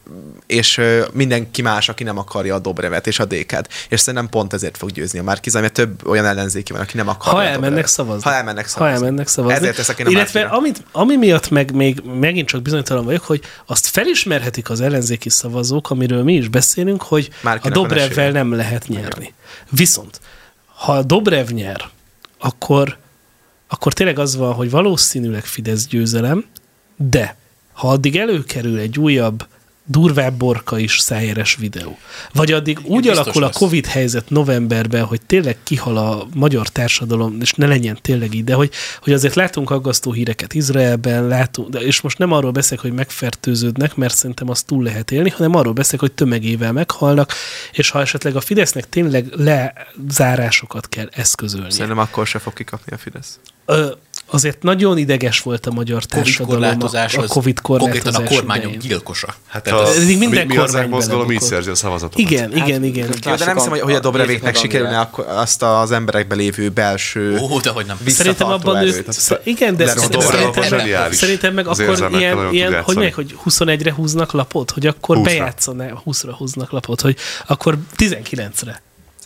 és mindenki más, aki nem akarja a Dobrevet és a DK-t. És szerintem pont ezért fog győzni a Márki-Zay, mert több olyan ellenzéki van, aki nem akarja Ha elmennek szavazni. Ha elmennek szavazni. Ezért teszek én a illetve ami miatt még megint csak bizonytalan vagyok, hogy azt felismerhetik az ellenzéki szavazók, amiről mi is beszélünk, hogy Márkinak a Dobrevvel nem lehet nyerni. Viszont, ha a Dobrev nyer, akkor tényleg az van, hogy valószínűleg Fidesz győzelem, de ha addig előkerül egy újabb durvább borka is szájeres videó. Vagy addig úgy alakul a Covid helyzet novemberben, hogy tényleg kihal a magyar társadalom, és ne legyen tényleg így, de hogy azért látunk aggasztó híreket Izraelben, és most nem arról beszélek, hogy megfertőződnek, mert szerintem azt túl lehet élni, hanem arról beszélek, hogy tömegével meghalnak, és ha esetleg a Fidesznek tényleg lezárásokat kell eszközölni. Szerintem akkor se fog kikapni a Fidesz. Azért nagyon ideges volt a magyar társadalom a Covid korlátozás konkrétan a kormányok idején. gyilkosa. Hát minden mi az mozgalom így szerzi a szavazatokat. Igen. Jó, de nem hiszem, hogy a Dobrevéknek sikerülne azt az emberekben lévő belső dehogy nem. Szerintem abban igen, de szerintem meg akkor ilyen hogy 21-re húznak lapot, hogy akkor bejátszanál, 20-ra húznak lapot, hogy akkor 19-re.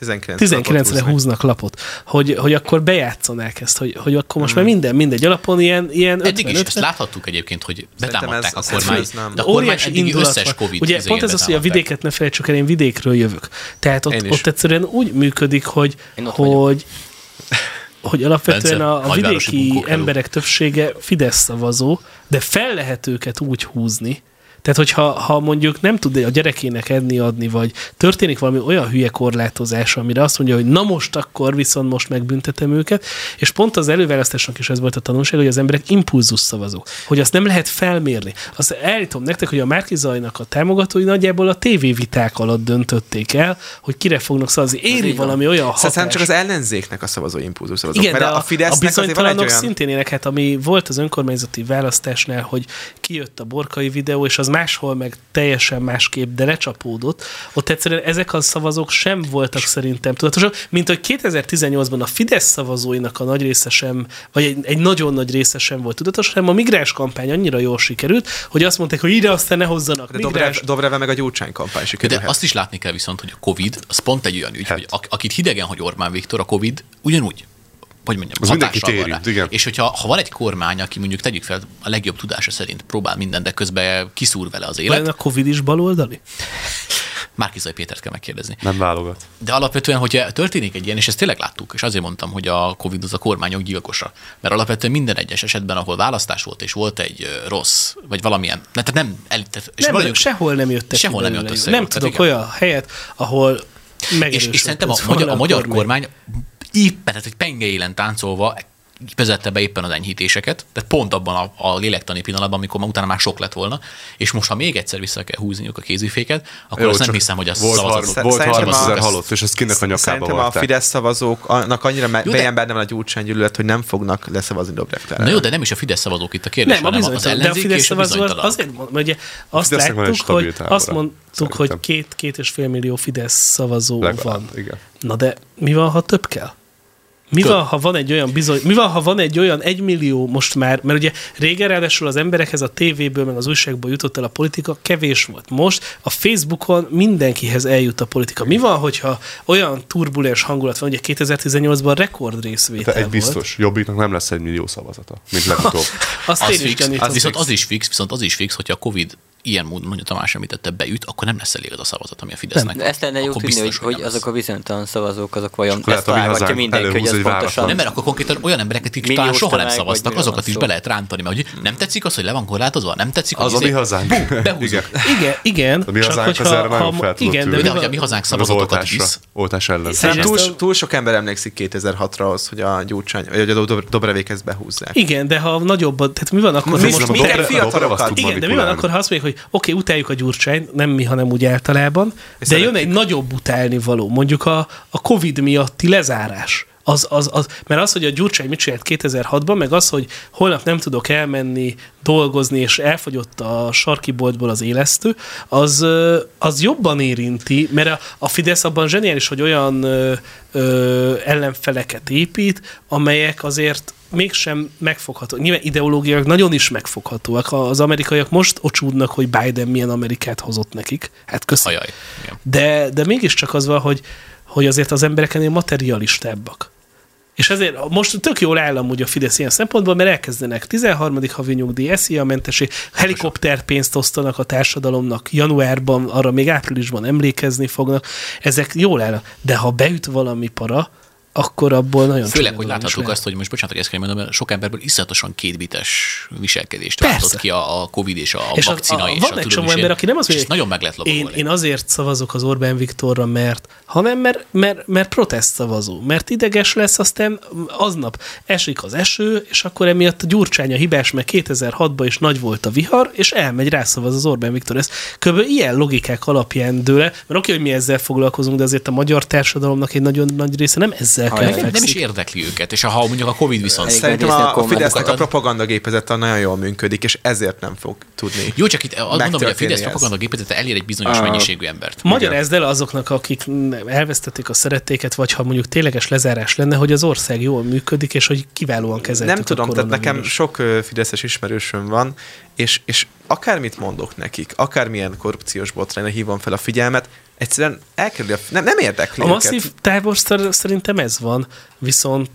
19-re húznak lapot, hogy akkor bejátszanák ezt, hogy akkor most már mindegy alapon ilyen 50. Eddig is ezt láthattuk egyébként, hogy betámadták a kormányt, de a kormány eddig összes Covid ugye pont ez az, hogy a vidéket ne felejtsük el, én vidékről jövök. Tehát ott egyszerűen úgy működik, hogy alapvetően a vidéki emberek többsége Fidesz szavazó, de fel lehet őket úgy húzni, tehát, hogyha mondjuk nem tud a gyerekének adni, vagy történik valami olyan hülye korlátozás, amire azt mondja, hogy na most akkor viszont most megbüntetem őket, és pont az előválasztásnak is ez volt a tanulság, hogy az emberek impulzus szavazók, hogy azt nem lehet felmérni. Azt állítom nektek, hogy a Márki-Zaynak a támogatói nagyjából a tévéviták alatt döntötték el, hogy kire fognak szavazni. Éri valami olyan hatás. Szerintem csak az ellenzéknek a szavazó impulzus szavazók. Igen, mert de a Fidesznek a bizonytalanok olyan... szintén ének, hát ami volt az önkormányzati választásnál, hogy kijött a Borkai videó, és az az máshol meg teljesen másképp, de lecsapódott, ott egyszerűen ezek a szavazók sem voltak szerintem tudatosak, mint hogy 2018-ban a Fidesz szavazóinak a nagy része sem, vagy egy nagyon nagy része sem volt tudatos, hanem a migráns kampány annyira jól sikerült, hogy azt mondták, hogy ide aztán ne hozzanak migráns. Dobreve meg a Gyurcsány kampány sikerült. De azt is látni kell viszont, hogy a Covid, az pont egy olyan ügy, hogy akit hidegen hagy Orbán Viktor, a Covid ugyanúgy, hogy mondjam, hatással van rá. Igen. És hogyha van egy kormány, aki mondjuk tegyük fel a legjobb tudása szerint próbál minden, de közben kiszúr vele az élet. Vajon a Covid is baloldali? Márki-Zay Pétert kell megkérdezni. Nem válogat. De alapvetően, hogyha történik egy ilyen, és ezt tényleg láttuk, és azért mondtam, hogy a Covid az a kormányok gyilkosa. Mert alapvetően minden egyes esetben, ahol választás volt, és volt egy rossz, vagy valamilyen, tehát sehol nem jött össze. Nem tudok olyan helyet, ahol megerősödött. És szerintem a magyar kormány éppen, tehát egy penge élen táncolva vezette be éppen az enyhítéseket, tehát pont abban a lélektani pillanatban, amikor utána már sok lett volna, és most, ha még egyszer vissza kell húzniuk a kéziféket, akkor azt nem hiszem, hogy a szavazatok... Volt 30 000 halott, és ezt kinek a nyakába szerintem varták. a Fidesz szavazóknak annyira bejön benne van a Gyurcsány gyűlölet, hogy nem fognak leszavazni Dobrev. Na jó, de nem is a Fidesz szavazók itt a kérdés, hanem az ellenzék és a bizonytalanok. Azért mondom, ugye azt láttuk, hogy azt mondtuk, hogy 2,5 millió Fidesz szavazó van. Na de mi van, ha több kell? Mi van, ha van egy olyan 1 millió most már, mert ugye régen ráadásul az emberekhez a tévéből, meg az újságból jutott el a politika, kevés volt. Most a Facebookon mindenkihez eljut a politika. Mi van, hogyha olyan turbulens hangulat van, ugye 2018-ban rekord részvétel egy biztos, Jobbiknak nem lesz 1 millió szavazata, mint legutóbb. Viszont az is fix, hogyha a Covid ilyen módon, mondja Tamás említette, beüt, akkor nem lesz elég az a szavazat, ami a Fidesznek. De ezt lenne jó tudni, hogy azok a bizonytalan szavazók, azok vajon ezt találgatja mindenki, hogy ez pontosan... Nem, mert akkor konkrétan olyan embereket, akik talán soha nem szavaztak, azokat is be lehet rántani, mert hogy nem tetszik az, hogy le van korlátozva, nem tetszik, az a mi hazánk. Igen. A mi hazánk az erre nagyon fel tudott ülni. De hogy a mi hazánk szavazatokat visz. Oltás ellen. Túl sok ember emlékszik 2006-ra ahhoz, hogy a Gyurcsány, vagy a Dobrevék ezt behúzzák. Igen, de ha nagyobb, tehát mi van akkor, igen, de mi van akkor, ha azt mondjuk, hogy oké, utáljuk a Gyurcsányt, nem mi, hanem úgy általában, de jön egy nagyobb utálni való, mondjuk a Covid miatti lezárás. Mert az, hogy a Gyurcsány mit csinált 2006-ban, meg az, hogy holnap nem tudok elmenni dolgozni, és elfogyott a sarki boltból az élesztő, az jobban érinti, mert a Fidesz abban zseniális, hogy olyan ellenfeleket épít, amelyek azért mégsem megfogható. Nyilván ideológiák nagyon is megfoghatóak. Az amerikaiak most ocsúdnak, hogy Biden milyen Amerikát hozott nekik. Hát köszönöm. De mégiscsak az van, hogy azért az emberek ennél materialistábbak. És ezért most tök jól áll amúgy a Fidesz ilyen szempontból, mert elkezdenek 13. havi nyugdíj, SZIA-mentesség, helikopterpénzt osztanak a társadalomnak januárban, arra még áprilisban emlékezni fognak. Ezek jól állnak. De ha beüt valami para, akkor abból nagyon főleg, hogy láthatók azt, hogy most bocsánat, hogy ezt kell mondani, mert sok emberből iszonyatosan kétbites viselkedést váltott ki a Covid és a vakcina és van egy csomó ember, aki nem az, hogy nagyon meg lehet lovagolni. Én azért szavazok az Orbán Viktorra, hanem mert protest szavazó, mert ideges lesz, aztán aznap esik az eső, és akkor emiatt a Gyurcsány a hibás, mert 2006-ban is nagy volt a vihar, és elmegy, rászavaz az Orbán Viktor. Ez kb. Ilyen logikák alapján dől le, mert oké, hogy mi ezzel foglalkozunk, de azért a magyar társadalomnak egy nagyon nagy része nem ezzel nem is érdekli őket, és ha mondjuk a Covid viszont... Szerintem a Fidesznek a propagandagépezete nagyon jól működik, és ezért nem fog tudni. Jó, csak itt azt mondom, hogy a Fidesz propagandagépezete elér egy bizonyos mennyiségű embert. Magyarázd el azoknak, akik elvesztették a szerettéket, vagy ha mondjuk tényleges lezárás lenne, hogy az ország jól működik, és hogy kiválóan kezeltük nem tudom, tehát nekem sok fideszes ismerősöm van, és akármit mondok nekik, akármilyen korrupciós botrányra hívom fel a figyelmet, egyszerűen elkerüli, nem érdekli a masszív távolság szerintem ez van, viszont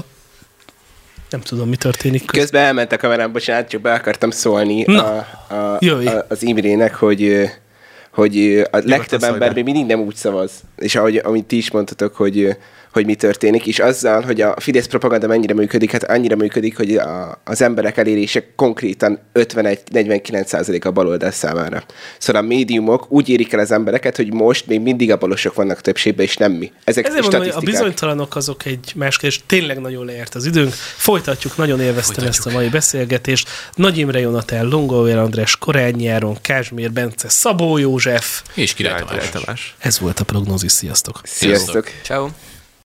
nem tudom, mi történik. Közben elment a kamerám, bocsánat, csak be akartam szólni az Imrének, hogy a legtöbb ember még mindig nem úgy szavaz. És amit ti is mondtatok, hogy mi történik, és azzal, hogy a Fidesz propaganda mennyire működik, hát annyira működik, hogy az emberek elérése konkrétan 51-49% a baloldal számára. Szóval a médiumok úgy érik el az embereket, hogy most még mindig a balosok vannak többségben, és nem mi. Ezért mondom, hogy a bizonytalanok azok egy más kérdés. Tényleg nagyon lejárt az időnk. Folytatjuk, nagyon élveztem ezt a mai beszélgetést. Nagy Imre Jonatán, Longóvér András, Korányi Áron, Kázsmér Bence, Szabó József és Király Tamás. Ez volt a prognózis. Sziasztok! Sziasztok! Ciao.